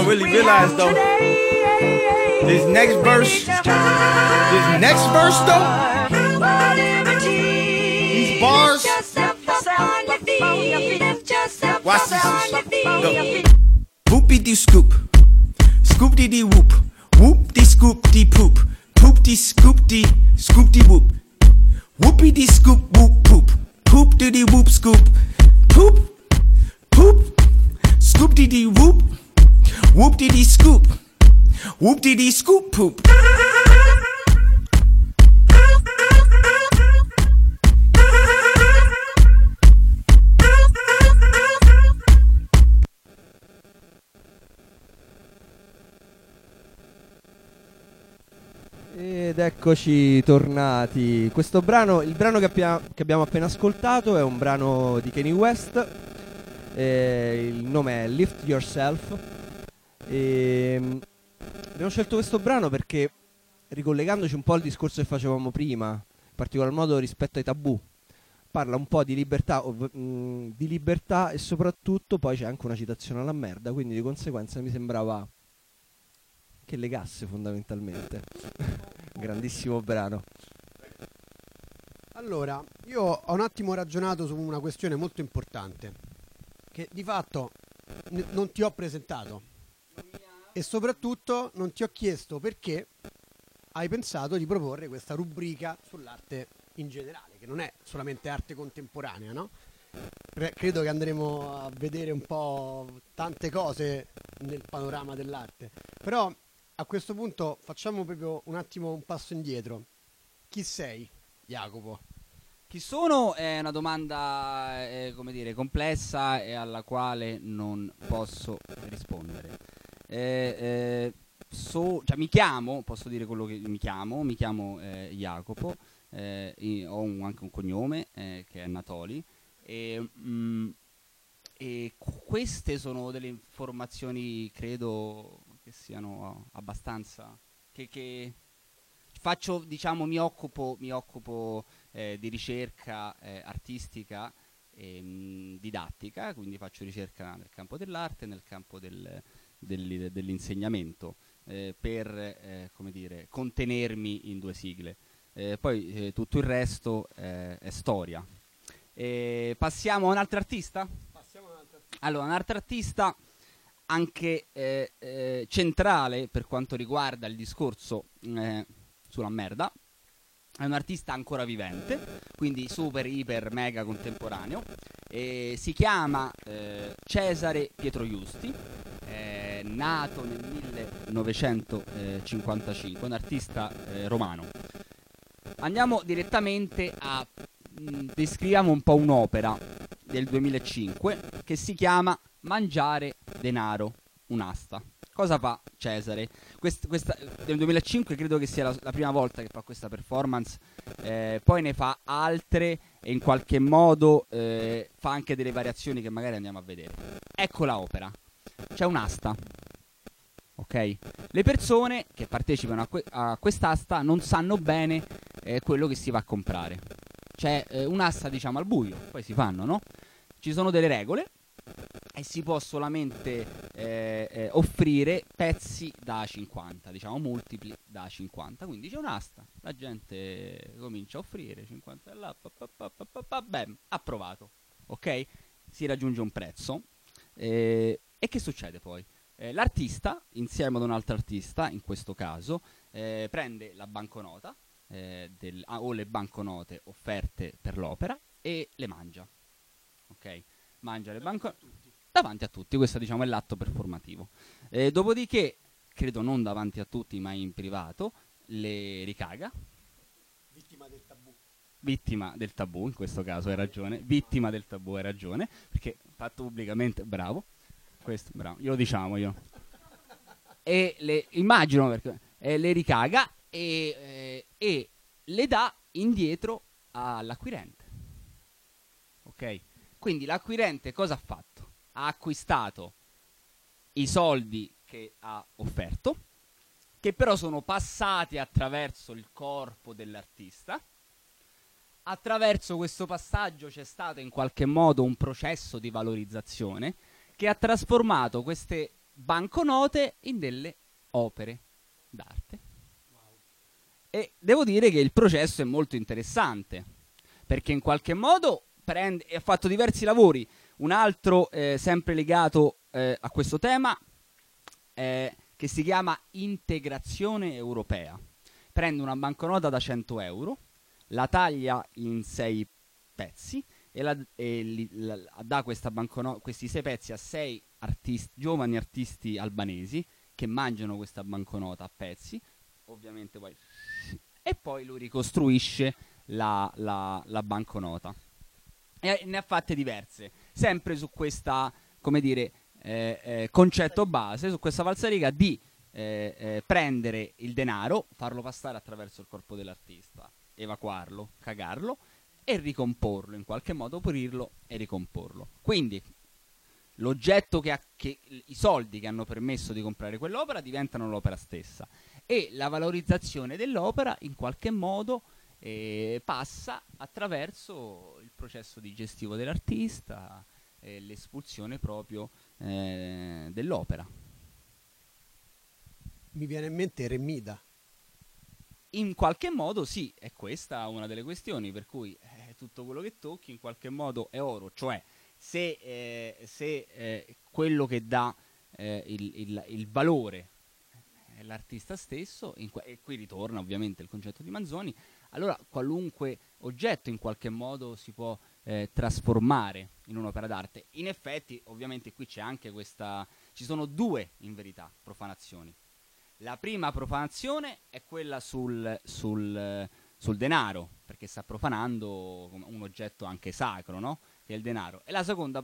S12: don't really realize though, this next verse though, these bars, watch this. Go. Whoopie dee scoop, scoop dee dee whoop, whoop dee scoop dee poop, poop dee scoop dee whoop, whoopie dee scoop whoop poop, poop dee dee whoop scoop, poop, poop, scoop dee dee whoop, whoop dee dee scoop, whoop dee dee scoop poop.
S6: Ed eccoci tornati. Questo brano, il brano che abbiamo appena ascoltato è un brano di Kanye West. Il nome è Lift Yourself. Abbiamo scelto questo brano perché, ricollegandoci un po' al discorso che facevamo prima, in particolar modo rispetto ai tabù, parla un po' di libertà e soprattutto poi c'è anche una citazione alla merda, quindi di conseguenza mi sembrava che legasse fondamentalmente. Grandissimo brano.
S2: Allora, io ho un attimo ragionato su una questione molto importante, che di fatto non ti ho presentato e soprattutto non ti ho chiesto perché hai pensato di proporre questa rubrica sull'arte in generale, che non è solamente arte contemporanea, no? Credo che andremo a vedere un po' tante cose nel panorama dell'arte, però a questo punto facciamo proprio un attimo un passo indietro. Chi sei, Jacopo?
S1: Chi sono è una domanda, come dire, complessa e alla quale non posso rispondere. Cioè, mi chiamo, posso dire quello che mi chiamo Jacopo, ho anche un cognome che è Natoli e queste sono delle informazioni, credo che siano abbastanza che faccio, diciamo, mi occupo di ricerca artistica e didattica, quindi faccio ricerca nel campo dell'arte, nel campo dell'insegnamento, per come dire, contenermi in due sigle. Poi tutto il resto è storia. Passiamo a un altro artista? Allora, un altro artista anche centrale per quanto riguarda il discorso sulla merda. È un artista ancora vivente, quindi super, iper, mega contemporaneo. Si chiama Cesare Pietro Giusti, nato nel 1955, un artista romano. Andiamo direttamente a descriviamo un po' un'opera del 2005 che si chiama Mangiare denaro, un'asta. Cosa fa Cesare? Questa del 2005 credo che sia la prima volta che fa questa performance, poi ne fa altre e in qualche modo fa anche delle variazioni che magari andiamo a vedere. Ecco la opera. C'è un'asta, ok? Le persone che partecipano a quest'asta non sanno bene quello che si va a comprare. C'è un'asta, diciamo, al buio, poi si fanno, no? Ci sono delle regole e si può solamente offrire pezzi da 50, diciamo multipli da 50. Quindi c'è un'asta, la gente comincia a offrire 50 là, bam, approvato, ok? Si raggiunge un prezzo e che succede poi? L'artista, insieme ad un altro artista, in questo caso, prende la banconota o le banconote offerte per l'opera e le mangia, ok? Mangia le banconote davanti a tutti, questo, diciamo, è l'atto performativo. Dopodiché, credo non davanti a tutti ma in privato, le ricaga. Vittima del tabù, in questo caso hai ragione, vittima del tabù, hai ragione, perché fatto pubblicamente, bravo, questo, bravo, io lo diciamo io. E le immagino, perché le ricaga e le dà indietro all'acquirente, ok? Quindi l'acquirente cosa ha fatto? Ha acquistato i soldi che ha offerto, che però sono passati attraverso il corpo dell'artista. Attraverso questo passaggio c'è stato in qualche modo un processo di valorizzazione che ha trasformato queste banconote in delle opere d'arte. E devo dire che il processo è molto interessante, perché in qualche modo ha fatto diversi lavori. Un altro sempre legato a questo tema che si chiama integrazione europea. Prende una banconota da 100 euro, la taglia in 6 pezzi e dà questi 6 pezzi a 6 giovani artisti albanesi che mangiano questa banconota a pezzi, ovviamente poi, e poi lui ricostruisce la banconota. E ne ha fatte diverse, sempre su questa, come dire, concetto base, su questa falsariga di prendere il denaro, farlo passare attraverso il corpo dell'artista, evacuarlo, cagarlo e ricomporlo, in qualche modo pulirlo e ricomporlo. Quindi l'oggetto i soldi che hanno permesso di comprare quell'opera diventano l'opera stessa, e la valorizzazione dell'opera in qualche modo passa attraverso il processo digestivo dell'artista e l'espulsione proprio dell'opera.
S2: Mi viene in mente Remida.
S1: In qualche modo sì, è questa una delle questioni, per cui tutto quello che tocchi in qualche modo è oro, cioè se quello che dà il valore è l'artista stesso, e qui ritorna ovviamente il concetto di Manzoni, allora qualunque oggetto in qualche modo si può trasformare in un'opera d'arte. In effetti ovviamente qui c'è anche ci sono due in verità profanazioni. La prima profanazione è quella sul denaro, perché sta profanando un oggetto anche sacro, no? Che è il denaro. E la seconda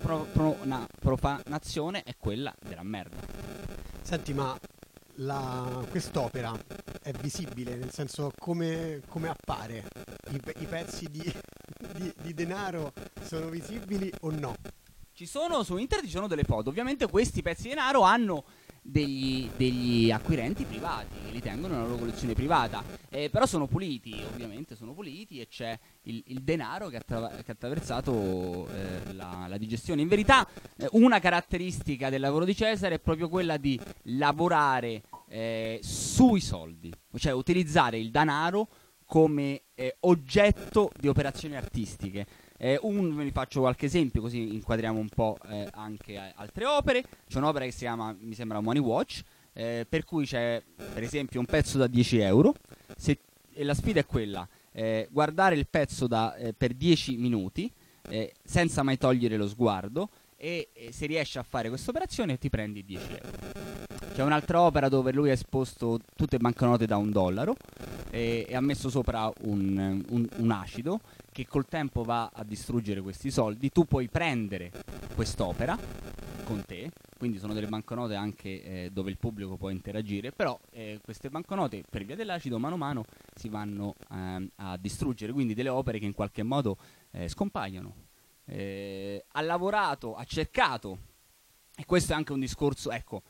S1: profanazione è quella della merda.
S2: Senti, ma quest'opera è visibile, nel senso come appare? I pezzi di denaro sono visibili o no?
S1: Su internet ci sono delle foto. Ovviamente questi pezzi di denaro hanno degli acquirenti privati che li tengono nella loro collezione privata, però sono puliti, ovviamente sono puliti, e c'è il denaro che ha attraversato la digestione. In verità una caratteristica del lavoro di Cesare è proprio quella di lavorare sui soldi, cioè utilizzare il denaro come oggetto di operazioni artistiche. Ve ne faccio qualche esempio, così inquadriamo un po' anche altre opere. C'è un'opera che si chiama, mi sembra, Money Watch, per cui c'è per esempio un pezzo da 10 euro, e la sfida è quella, guardare il pezzo per 10 minuti senza mai togliere lo sguardo, e se riesci a fare questa operazione ti prendi 10 euro. C'è un'altra opera dove lui ha esposto tutte banconote da $1 e ha messo sopra un acido che col tempo va a distruggere questi soldi. Tu puoi prendere quest'opera con te, quindi sono delle banconote anche dove il pubblico può interagire, però queste banconote per via dell'acido mano a mano si vanno a distruggere, quindi delle opere che in qualche modo scompaiono. Ha lavorato, ha cercato, e questo è anche un discorso, ecco,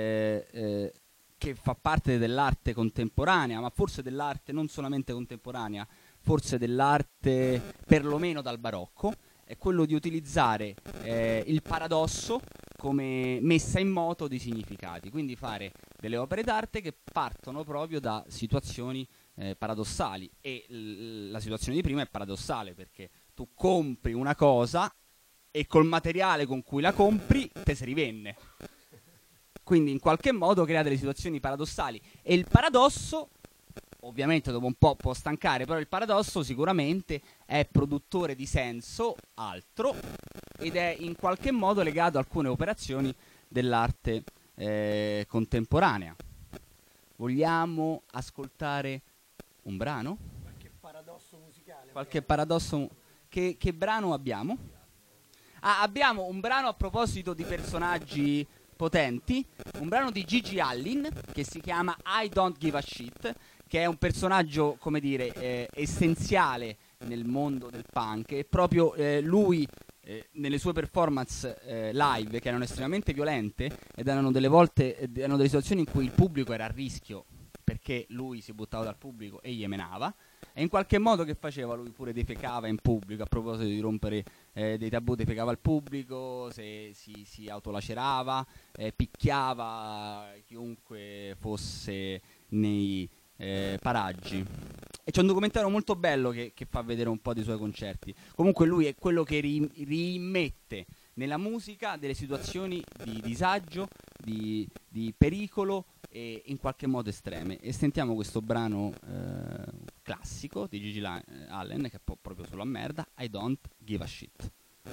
S1: che fa parte dell'arte contemporanea, ma forse dell'arte non solamente contemporanea, forse dell'arte perlomeno dal barocco, è quello di utilizzare il paradosso come messa in moto di significati, quindi fare delle opere d'arte che partono proprio da situazioni paradossali, e la situazione di prima è paradossale perché tu compri una cosa e col materiale con cui la compri te si rivende. Quindi in qualche modo crea delle situazioni paradossali, e il paradosso ovviamente dopo un po' può stancare, però il paradosso sicuramente è produttore di senso altro, ed è in qualche modo legato a alcune operazioni dell'arte contemporanea. Vogliamo ascoltare un brano?
S2: Qualche paradosso musicale.
S1: Qualche paradosso. Che brano abbiamo? Abbiamo un brano a proposito di personaggi potenti, un brano di Gigi Allin che si chiama I Don't Give a Shit, che è un personaggio, come dire, essenziale nel mondo del punk, e proprio lui nelle sue performance live, che erano estremamente violente ed erano delle volte erano delle situazioni in cui il pubblico era a rischio perché lui si buttava dal pubblico e gli menava, E in qualche modo che faceva? Lui pure defecava in pubblico, a proposito di rompere dei tabù, defecava al pubblico, si autolacerava, picchiava chiunque fosse nei paraggi. E c'è un documentario molto bello che fa vedere un po' dei suoi concerti. Comunque lui è quello che rimette nella musica delle situazioni di disagio, di pericolo e in qualche modo estreme. E sentiamo questo brano classico di Gigi Allen, che è proprio sulla merda, I Don't Give a Shit.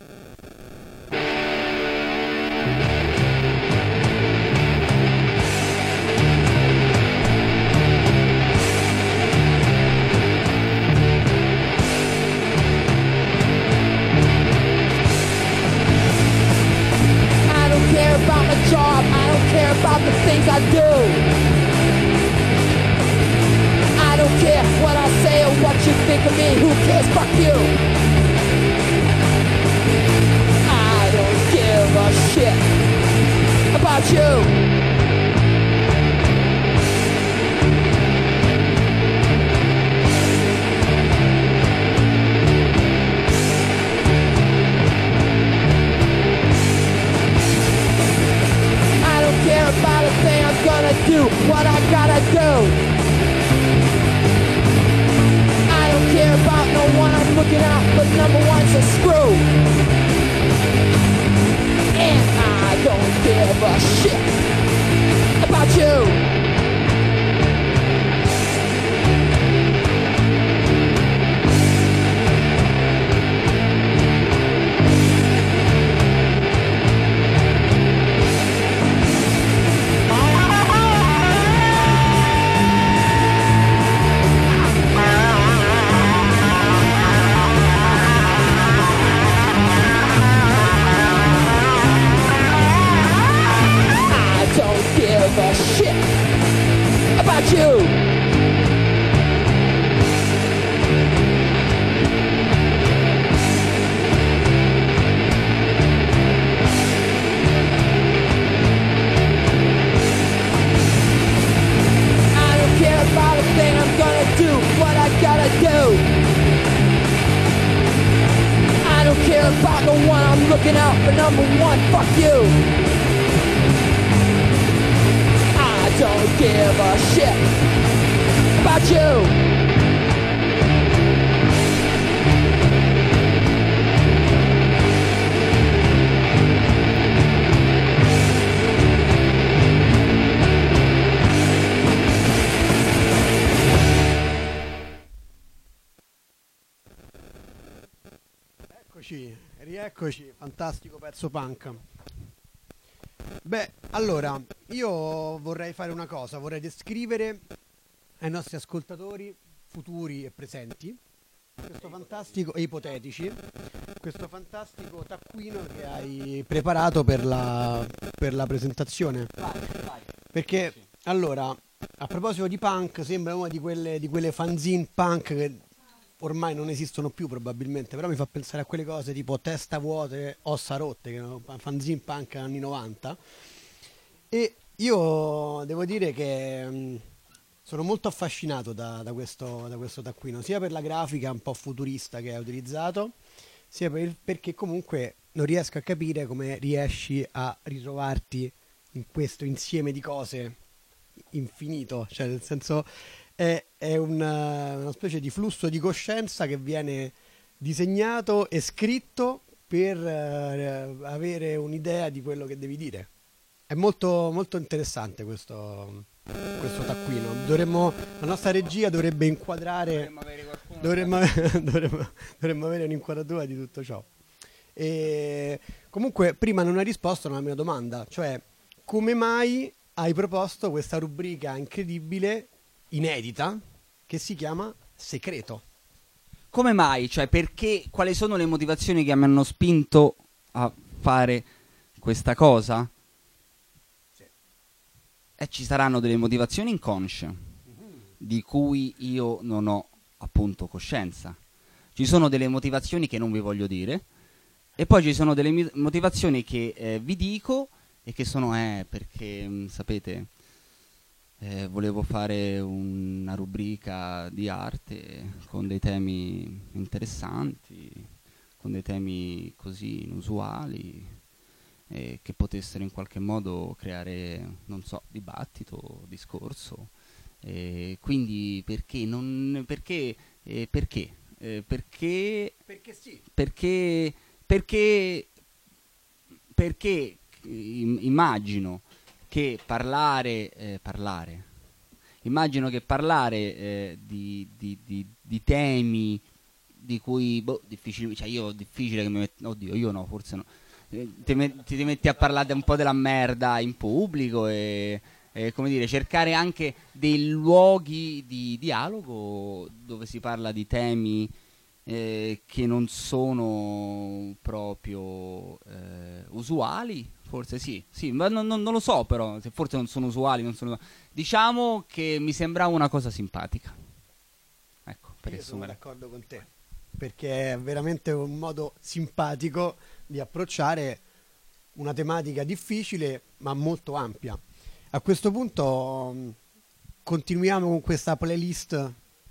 S13: I don't care about my job, I don't care about the things I do. I don't care what I say or what you think of me, who cares, fuck you. I don't give a shit about you. About a thing I'm gonna do what I gotta do. I don't care about no one I'm looking out, but number one's a screw. And I don't give a shit about you. Looking out for number one, fuck you. I don't give a shit about you.
S2: Rieccoci, fantastico pezzo punk. Beh, allora, io vorrei fare una cosa, vorrei descrivere ai nostri ascoltatori futuri e presenti questo fantastico, e ipotetici, questo fantastico taccuino che hai preparato per la presentazione. Perché, allora, a proposito di punk, sembra una di quelle fanzine punk che ormai non esistono più probabilmente, però mi fa pensare a quelle cose tipo Testa vuote, ossa rotte, che erano fanzine punk anni 90. E io devo dire che sono molto affascinato da questo taccuino, sia per la grafica un po' futurista che hai utilizzato, sia perché comunque non riesco a capire come riesci a ritrovarti in questo insieme di cose infinito, cioè nel senso è una specie di flusso di coscienza che viene disegnato e scritto per avere un'idea di quello che devi dire. È molto, molto interessante questo taccuino. La nostra regia dovrebbe inquadrare, dovremmo avere un'inquadratura di tutto ciò. E comunque prima non hai risposto alla mia domanda, cioè come mai hai proposto questa rubrica incredibile, inedita, che si chiama Segreto.
S1: Come mai? Cioè, perché? Quali sono le motivazioni che mi hanno spinto a fare questa cosa? Sì. E ci saranno delle motivazioni inconsce di cui io non ho appunto coscienza. Ci sono delle motivazioni che non vi voglio dire e poi ci sono delle motivazioni che vi dico e che sono perché sapete volevo fare una rubrica di arte con dei temi interessanti, con dei temi così inusuali, che potessero in qualche modo creare, non so, dibattito, discorso. Quindi perché non perché
S2: sì.
S1: Perché immagino che parlare di temi di cui difficile, cioè io difficile che mi oddio, io no, forse no. Ti metti a parlare un po' della merda in pubblico e come dire, cercare anche dei luoghi di dialogo dove si parla di temi che non sono proprio usuali, forse sì, ma non lo so, però se forse non sono usuali, diciamo che mi sembrava una cosa simpatica. Ecco, per
S2: io sono
S1: riassumere.
S2: d'accordo con te, perché è veramente un modo simpatico di approcciare una tematica difficile ma molto ampia. A questo punto continuiamo con questa playlist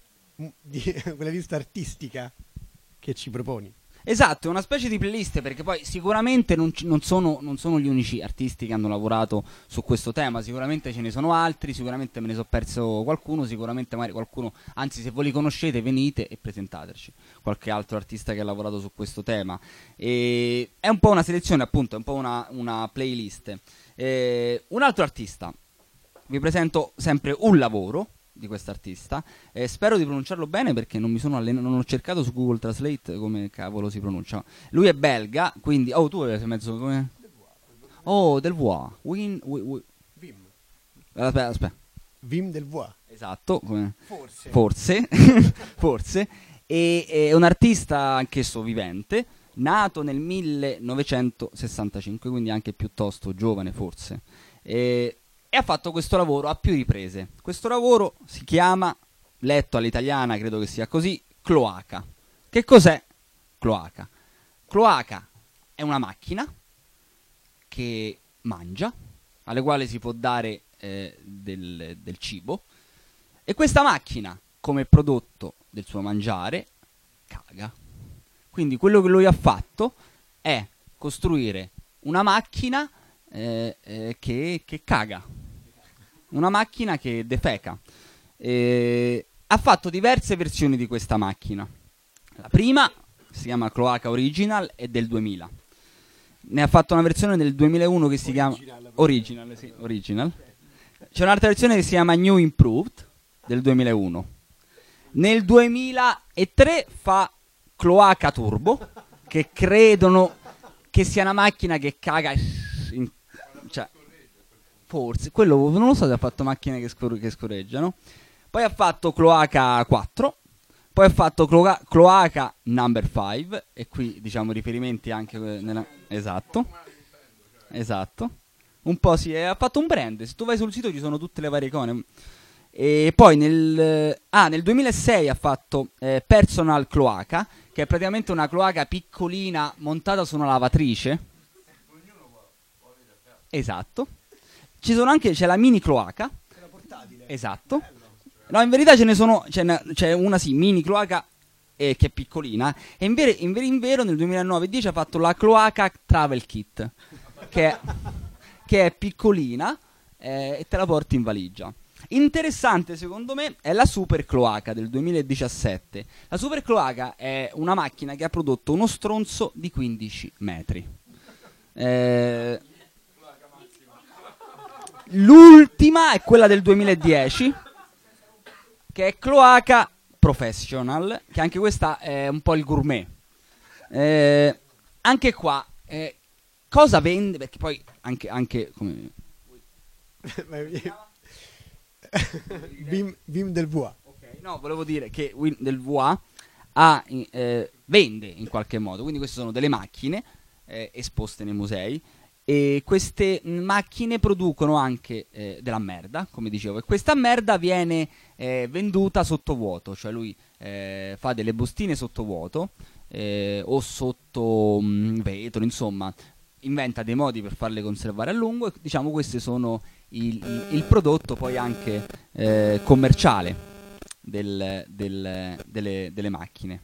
S2: artistica che ci proponi.
S1: Esatto, è una specie di playlist, perché poi sicuramente non sono gli unici artisti che hanno lavorato su questo tema, sicuramente ce ne sono altri, sicuramente me ne so perso qualcuno, sicuramente magari qualcuno, anzi se voi li conoscete venite e presentateci qualche altro artista che ha lavorato su questo tema. È un po' una selezione, appunto, è un po' una playlist. Un altro artista, vi presento sempre un lavoro di quest'artista, spero di pronunciarlo bene perché non mi sono allenato, non ho cercato su Google Translate come cavolo si pronuncia. Lui è belga, quindi tu avevi mezzo come Delvoye. Wim aspetta.
S2: Wim Delvoye.
S1: Esatto,
S2: Forse.
S1: Forse. È un artista anch'esso vivente, nato nel 1965, quindi anche piuttosto giovane forse. E ha fatto questo lavoro a più riprese. Questo lavoro si chiama, letto all'italiana credo che sia così, Cloaca. Che cos'è Cloaca? Cloaca è una macchina che mangia, alle quali si può dare del cibo, e questa macchina, come prodotto del suo mangiare, caga. Quindi quello che lui ha fatto è costruire una macchina che caga, una macchina che defeca. Ha fatto diverse versioni di questa macchina. La prima si chiama Cloaca Original, è del 2000. Ne ha fatto una versione del 2001 che si chiama Original, sì, Original. C'è un'altra versione che si chiama New Improved del 2001. Nel 2003 fa Cloaca Turbo, che credono che sia una macchina che caga cioè, forse, quello non lo so se ha fatto macchine che scorreggiano. Poi ha fatto Cloaca 4, poi ha fatto Cloaca Number 5, e qui diciamo riferimenti anche esatto. Un po' ha fatto un brand, se tu vai sul sito ci sono tutte le varie icone. E poi nel 2006 ha fatto Personal Cloaca, che è praticamente una cloaca piccolina montata su una lavatrice. Esatto. C'è la mini cloaca. Esatto. No, in verità ce ne sono, c'è una mini cloaca che è piccolina, e in vero nel 2009-10 ha fatto la Cloaca Travel Kit, che è piccolina e te la porti in valigia. Interessante secondo me è la Super Cloaca del 2017. La Super Cloaca è una macchina che ha prodotto uno stronzo di 15 metri. L'ultima è quella del 2010, che è Cloaca Professional, che anche questa è un po' il gourmet. Anche qua cosa vende? Perché poi anche come
S2: Wim Delvoye.
S1: Okay, no, volevo dire che Wim Delvoye vende in qualche modo, quindi queste sono delle macchine esposte nei musei, e queste macchine producono anche della merda, come dicevo, e questa merda viene venduta sottovuoto, cioè lui fa delle bustine sottovuoto o sotto vetro, insomma inventa dei modi per farle conservare a lungo, e diciamo queste sono il prodotto poi anche commerciale delle macchine.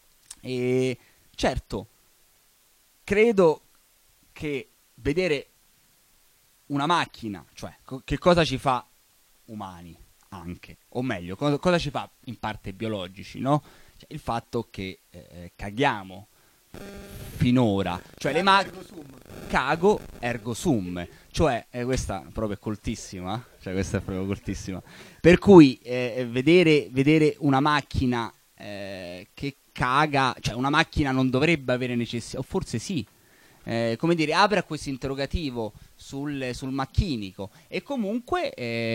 S1: E certo, credo che vedere una macchina, cioè che cosa ci fa umani anche, o meglio, cosa ci fa in parte biologici, no? Cioè, il fatto che caghiamo finora, cioè le macchine cago ergo sum, cioè questa proprio è coltissima, cioè questa è proprio coltissima, per cui vedere una macchina che caga, cioè una macchina non dovrebbe avere necessità, o forse sì, come dire, apre a questo interrogativo sul macchinico. E comunque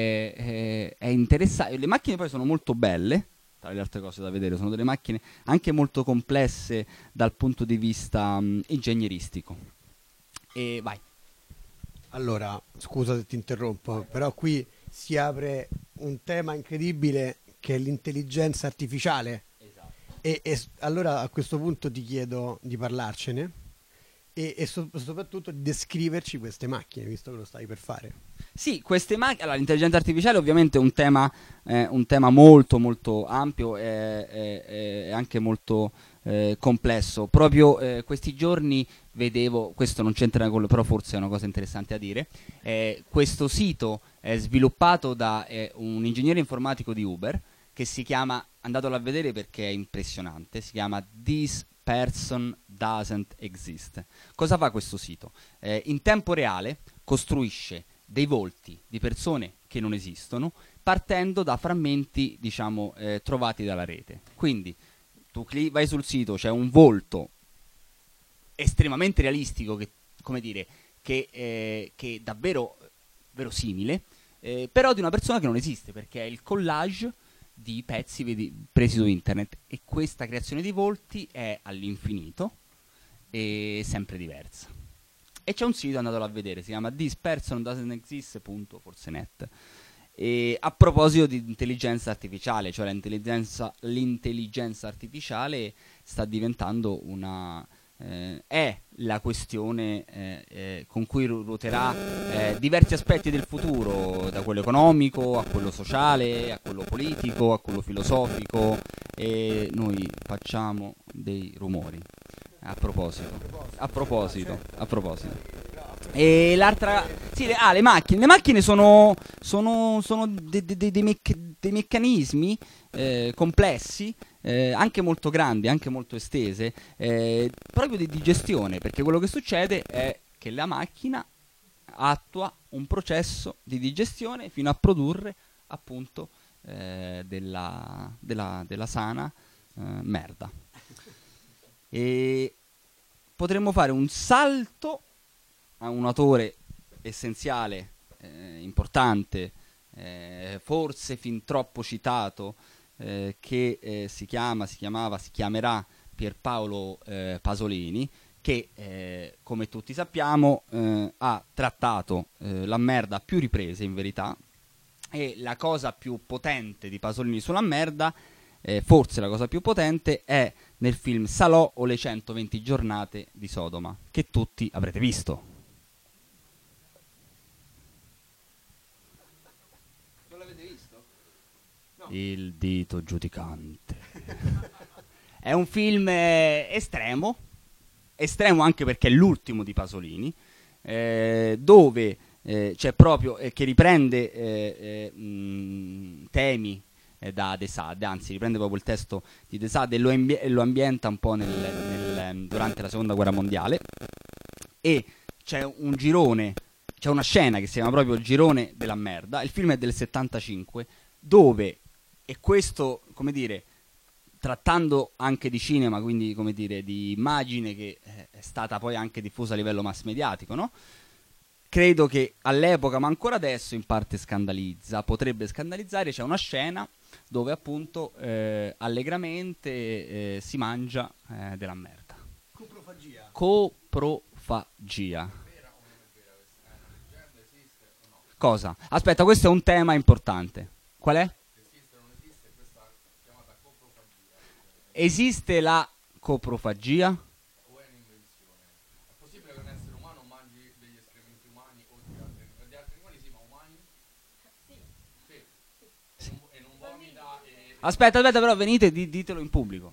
S1: è interessante. Le macchine poi sono molto belle, tra le altre cose da vedere, sono delle macchine anche molto complesse dal punto di vista ingegneristico. E vai.
S2: Allora, scusa se ti interrompo, però qui si apre un tema incredibile che è l'intelligenza artificiale.
S1: Esatto.
S2: E allora a questo punto ti chiedo di parlarcene e soprattutto di descriverci queste macchine, visto che lo stai per fare.
S1: Sì, queste macchine. Allora, l'intelligenza artificiale ovviamente è un tema molto molto ampio e anche molto complesso. Proprio questi giorni vedevo, questo non c'entra con però forse è una cosa interessante da dire, questo sito è sviluppato da un ingegnere informatico di Uber che si chiama, andatelo a vedere perché è impressionante, si chiama This Person Doesn't Exist. Cosa fa questo sito? In tempo reale costruisce dei volti di persone che non esistono partendo da frammenti, diciamo, trovati dalla rete. Quindi tu vai sul sito, c'è un volto estremamente realistico che, come dire, che è davvero verosimile, però di una persona che non esiste, perché è il collage di pezzi presi su internet, e questa creazione di volti è all'infinito e sempre diversa. E c'è un sito, andatelo a vedere, si chiama thispersondoesn'texist.forsenet. E a proposito di intelligenza artificiale, cioè l'intelligenza artificiale sta diventando è la questione con cui ruoterà diversi aspetti del futuro, da quello economico a quello sociale, a quello politico, a quello filosofico, e noi facciamo dei rumori. A proposito. E l'altra, sì, le macchine. Le macchine sono dei meccanismi complessi, anche molto grandi, anche molto estese, proprio di gestione, perché quello che succede è che la macchina attua un processo di digestione fino a produrre appunto della sana merda. E potremmo fare un salto a un autore essenziale, importante, forse fin troppo citato, che si chiamerà Pierpaolo Pasolini, che come tutti sappiamo ha trattato la merda a più riprese in verità, e la cosa più potente di Pasolini sulla merda, forse la cosa più potente, è nel film Salò o le 120 giornate di Sodoma, che tutti avrete visto.
S6: Non l'avete visto? No.
S1: Il dito giudicante. È un film estremo anche perché è l'ultimo di Pasolini, dove c'è proprio che riprende temi da De Sade, anzi riprende proprio il testo di De Sade e lo ambienta un po' durante la seconda guerra mondiale, e c'è una scena che si chiama proprio il girone della merda. Il film è del 75, dove, e questo, come dire, trattando anche di cinema, quindi come dire di immagine che è stata poi anche diffusa a livello mass mediatico, no? Credo che all'epoca, ma ancora adesso in parte potrebbe scandalizzare, c'è una scena dove appunto allegramente si mangia della merda. Coprofagia. Cosa? Aspetta, questo è un tema importante. Qual è? Esiste la coprofagia?
S11: O è un'invenzione? È possibile che un essere umano mangi degli escrementi umani o di altri animali? Sì, ma umani?
S1: Aspetta, però venite, ditelo in pubblico.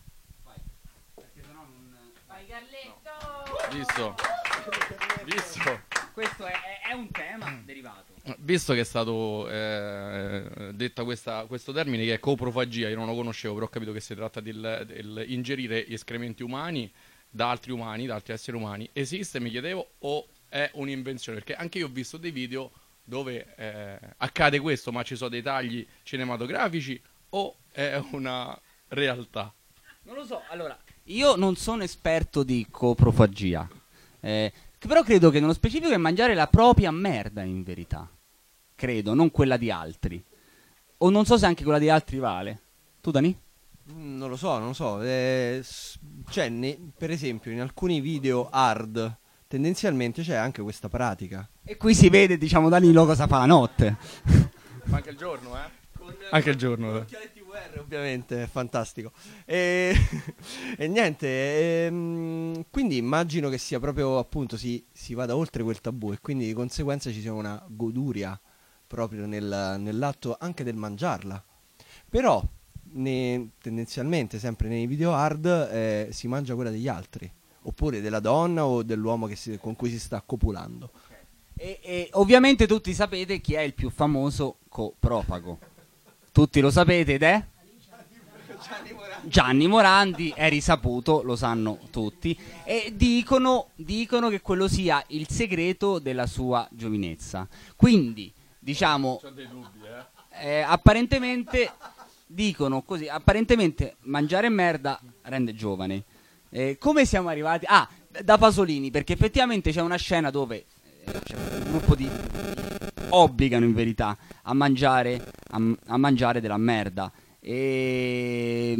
S10: Vai Carletto!
S11: Visto.
S1: Questo è un tema derivato.
S11: Visto che è stato detta questo termine che è coprofagia, io non lo conoscevo, però ho capito che si tratta del ingerire escrementi umani da altri umani, da altri esseri umani. Esiste, mi chiedevo, o è un'invenzione? Perché anche io ho visto dei video dove accade questo, ma ci sono dei tagli cinematografici, o è una realtà?
S1: Non lo so, allora, io non sono esperto di coprofagia, però credo che nello specifico è mangiare la propria merda, in verità. Credo, non quella di altri. O non so se anche quella di altri vale. Tu, Dani?
S6: Non lo so. Cioè, per esempio, in alcuni video hard, tendenzialmente c'è anche questa pratica.
S1: E qui si vede, diciamo, Danilo cosa fa la notte.
S11: Ma anche il giorno, anche il giorno.
S6: Occhialetti VR, ovviamente, è fantastico. E niente, quindi immagino che sia proprio, appunto, si vada oltre quel tabù e quindi di conseguenza ci sia una goduria proprio nell'atto anche del mangiarla. Però tendenzialmente sempre nei video hard si mangia quella degli altri, oppure della donna o dell'uomo con cui si sta copulando.
S1: E ovviamente tutti sapete chi è il più famoso coprofago. Tutti lo sapete ed è? Gianni Morandi, è risaputo, lo sanno tutti, e dicono che quello sia il segreto della sua giovinezza. Quindi, diciamo,
S11: c'ho dei dubbi,
S1: apparentemente dicono così, apparentemente mangiare merda rende giovane. Come siamo arrivati? Ah, da Pasolini, perché effettivamente c'è una scena dove c'è un gruppo di obbligano in verità a mangiare della merda e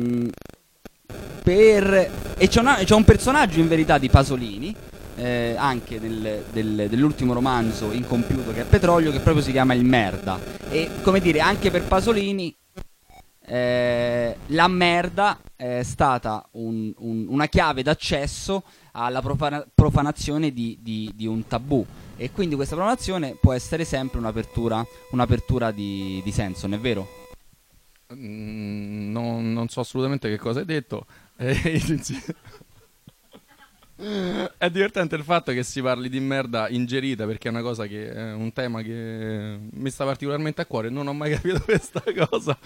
S1: c'è un personaggio in verità di Pasolini anche dell'ultimo romanzo incompiuto che è Petrolio, che proprio si chiama il merda, e come dire anche per Pasolini la merda è stata una chiave d'accesso alla profanazione di un tabù, e quindi questa profanazione può essere sempre un'apertura di senso, non è vero?
S11: Non so assolutamente che cosa hai detto. È divertente il fatto che si parli di merda ingerita, perché è una cosa che è un tema che mi sta particolarmente a cuore. Non ho mai capito questa cosa.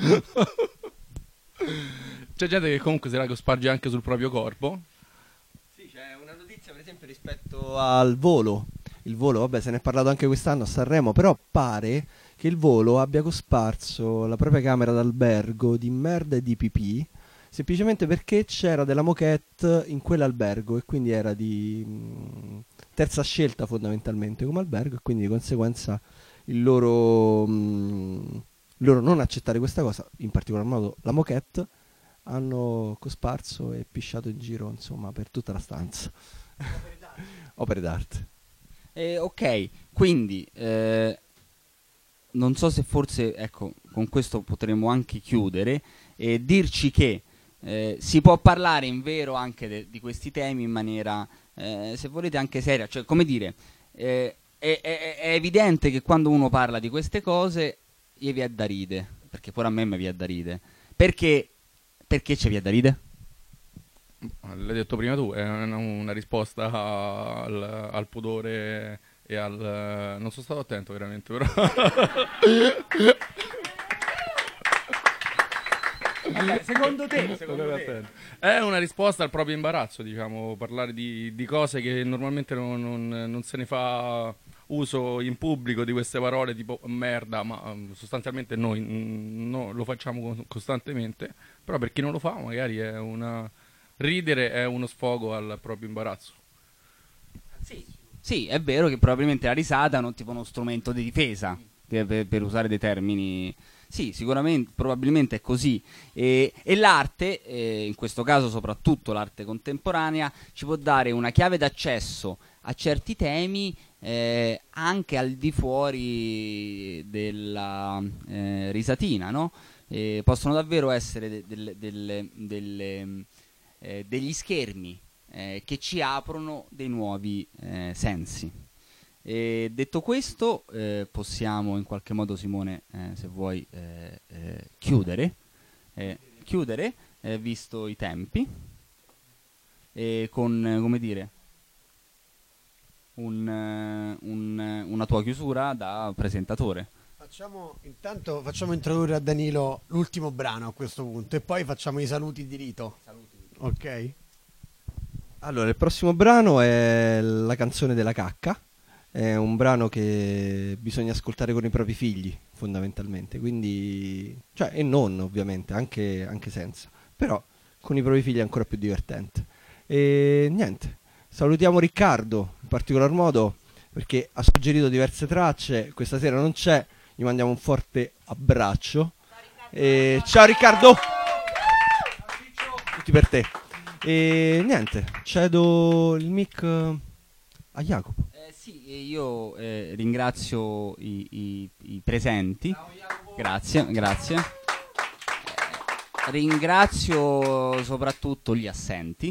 S11: C'è gente che comunque se la sparge anche sul proprio corpo.
S6: Sì, c'è una notizia per esempio rispetto al volo. Il volo, vabbè, se ne è parlato anche quest'anno a Sanremo, però pare che il volo abbia cosparso la propria camera d'albergo di merda e di pipì, semplicemente perché c'era della moquette in quell'albergo e quindi era di terza scelta fondamentalmente come albergo, e quindi di conseguenza il loro non accettare questa cosa, in particolar modo la moquette, hanno cosparso e pisciato in giro, insomma, per tutta la stanza. Opere d'arte.
S1: Ok, quindi non so se forse, ecco, con questo potremmo anche chiudere e dirci che si può parlare in vero anche di questi temi in maniera, se volete, anche seria. Cioè, come dire, è evidente che quando uno parla di queste cose gli viene da ride, perché pure a me mi viene da ride. Perché ci viene da ride?
S11: L'hai detto prima tu, è una risposta al pudore e al... non sono stato attento veramente, però...
S1: Vabbè, secondo te?
S11: È una risposta al proprio imbarazzo, diciamo, parlare di cose che normalmente non se ne fa uso in pubblico, di queste parole tipo merda, ma sostanzialmente noi lo facciamo costantemente, però per chi non lo fa magari è una... ridere è uno sfogo al proprio imbarazzo.
S1: Sì, è vero che probabilmente la risata non tipo uno strumento di difesa, per usare dei termini. Sì, sicuramente, probabilmente è così. E l'arte, in questo caso soprattutto l'arte contemporanea, ci può dare una chiave d'accesso a certi temi anche al di fuori della risatina, no? Possono davvero essere degli schermi che ci aprono dei nuovi sensi. E detto questo, possiamo in qualche modo, Simone, se vuoi, chiudere. chiudere, visto i tempi, e con, come dire, una tua chiusura da presentatore.
S2: Intanto facciamo introdurre a Danilo l'ultimo brano a questo punto e poi facciamo i saluti di rito. Ok?
S6: Allora, il prossimo brano è La canzone della cacca. È un brano che bisogna ascoltare con i propri figli, fondamentalmente. Quindi, cioè, e non ovviamente, anche senza. Però con i propri figli è ancora più divertente. E niente, salutiamo Riccardo in particolar modo perché ha suggerito diverse tracce. Questa sera non c'è, gli mandiamo un forte abbraccio. Ciao Riccardo! Tutti per te. E niente, cedo il mic a Jacopo.
S1: Sì, io ringrazio i presenti. Grazie. Ringrazio soprattutto gli assenti.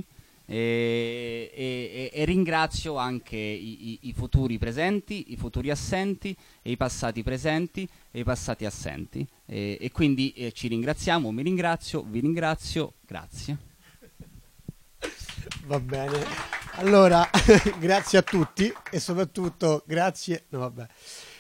S1: E ringrazio anche i futuri presenti, i futuri assenti, e i passati presenti e i passati assenti, e quindi ci ringraziamo, mi ringrazio, vi ringrazio, grazie.
S2: Va bene, allora grazie a tutti e soprattutto grazie, no vabbè,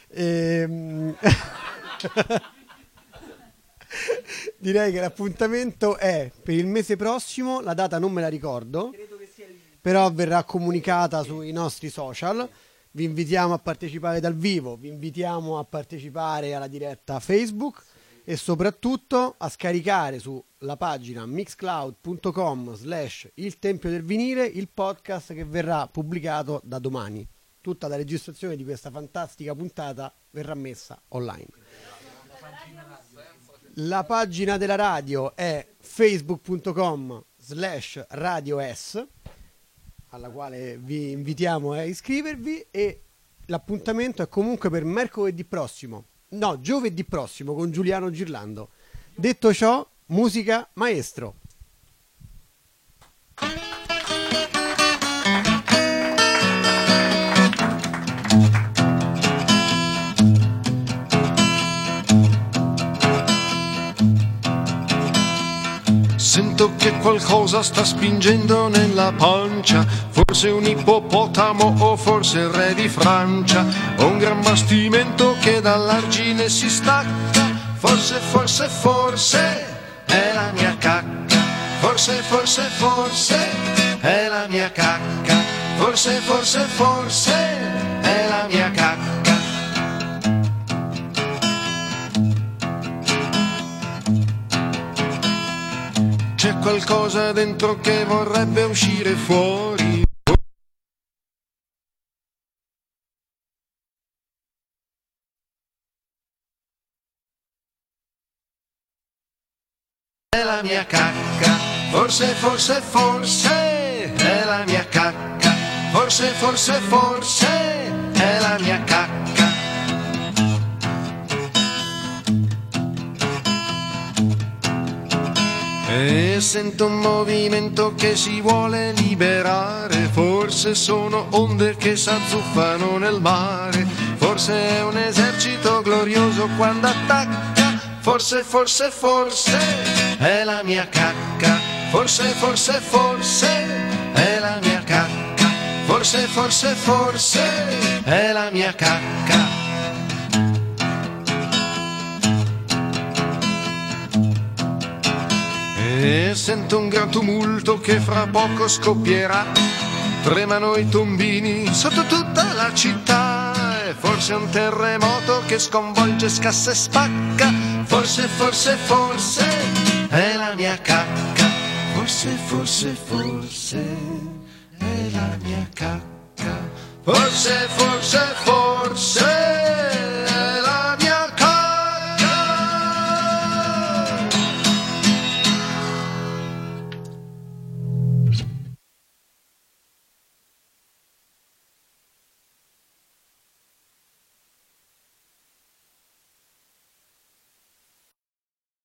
S2: direi che l'appuntamento è per il mese prossimo, la data non me la ricordo, però verrà comunicata sui nostri social. Vi invitiamo a partecipare dal vivo, vi invitiamo a partecipare alla diretta Facebook e soprattutto a scaricare sulla pagina mixcloud.com/il Tempio del Vinile il podcast che verrà pubblicato da domani. Tutta la registrazione di questa fantastica puntata verrà messa online. La pagina della radio è facebook.com/radios, alla quale vi invitiamo a iscrivervi, e l'appuntamento è comunque per mercoledì prossimo, no, giovedì prossimo, con Giuliano Girlando. Detto ciò, musica, maestro.
S14: Sento che qualcosa sta spingendo nella pancia, forse un ippopotamo o forse il re di Francia, o un gran bastimento che dall'argine si stacca, forse è la mia cacca, forse è la mia cacca, forse è la mia cacca. C'è qualcosa dentro che vorrebbe uscire fuori. È la mia cacca, forse è la mia cacca, forse è la mia cacca. E sento un movimento che si vuole liberare, forse sono onde che s'azzuffano nel mare, forse è un esercito glorioso quando attacca, forse è la mia cacca, forse è la mia cacca, forse è la mia cacca. E sento un gran tumulto che fra poco scoppierà, tremano i tombini sotto tutta la città, e forse è un terremoto che sconvolge, scassa e spacca, forse è la mia cacca, forse è la mia cacca, forse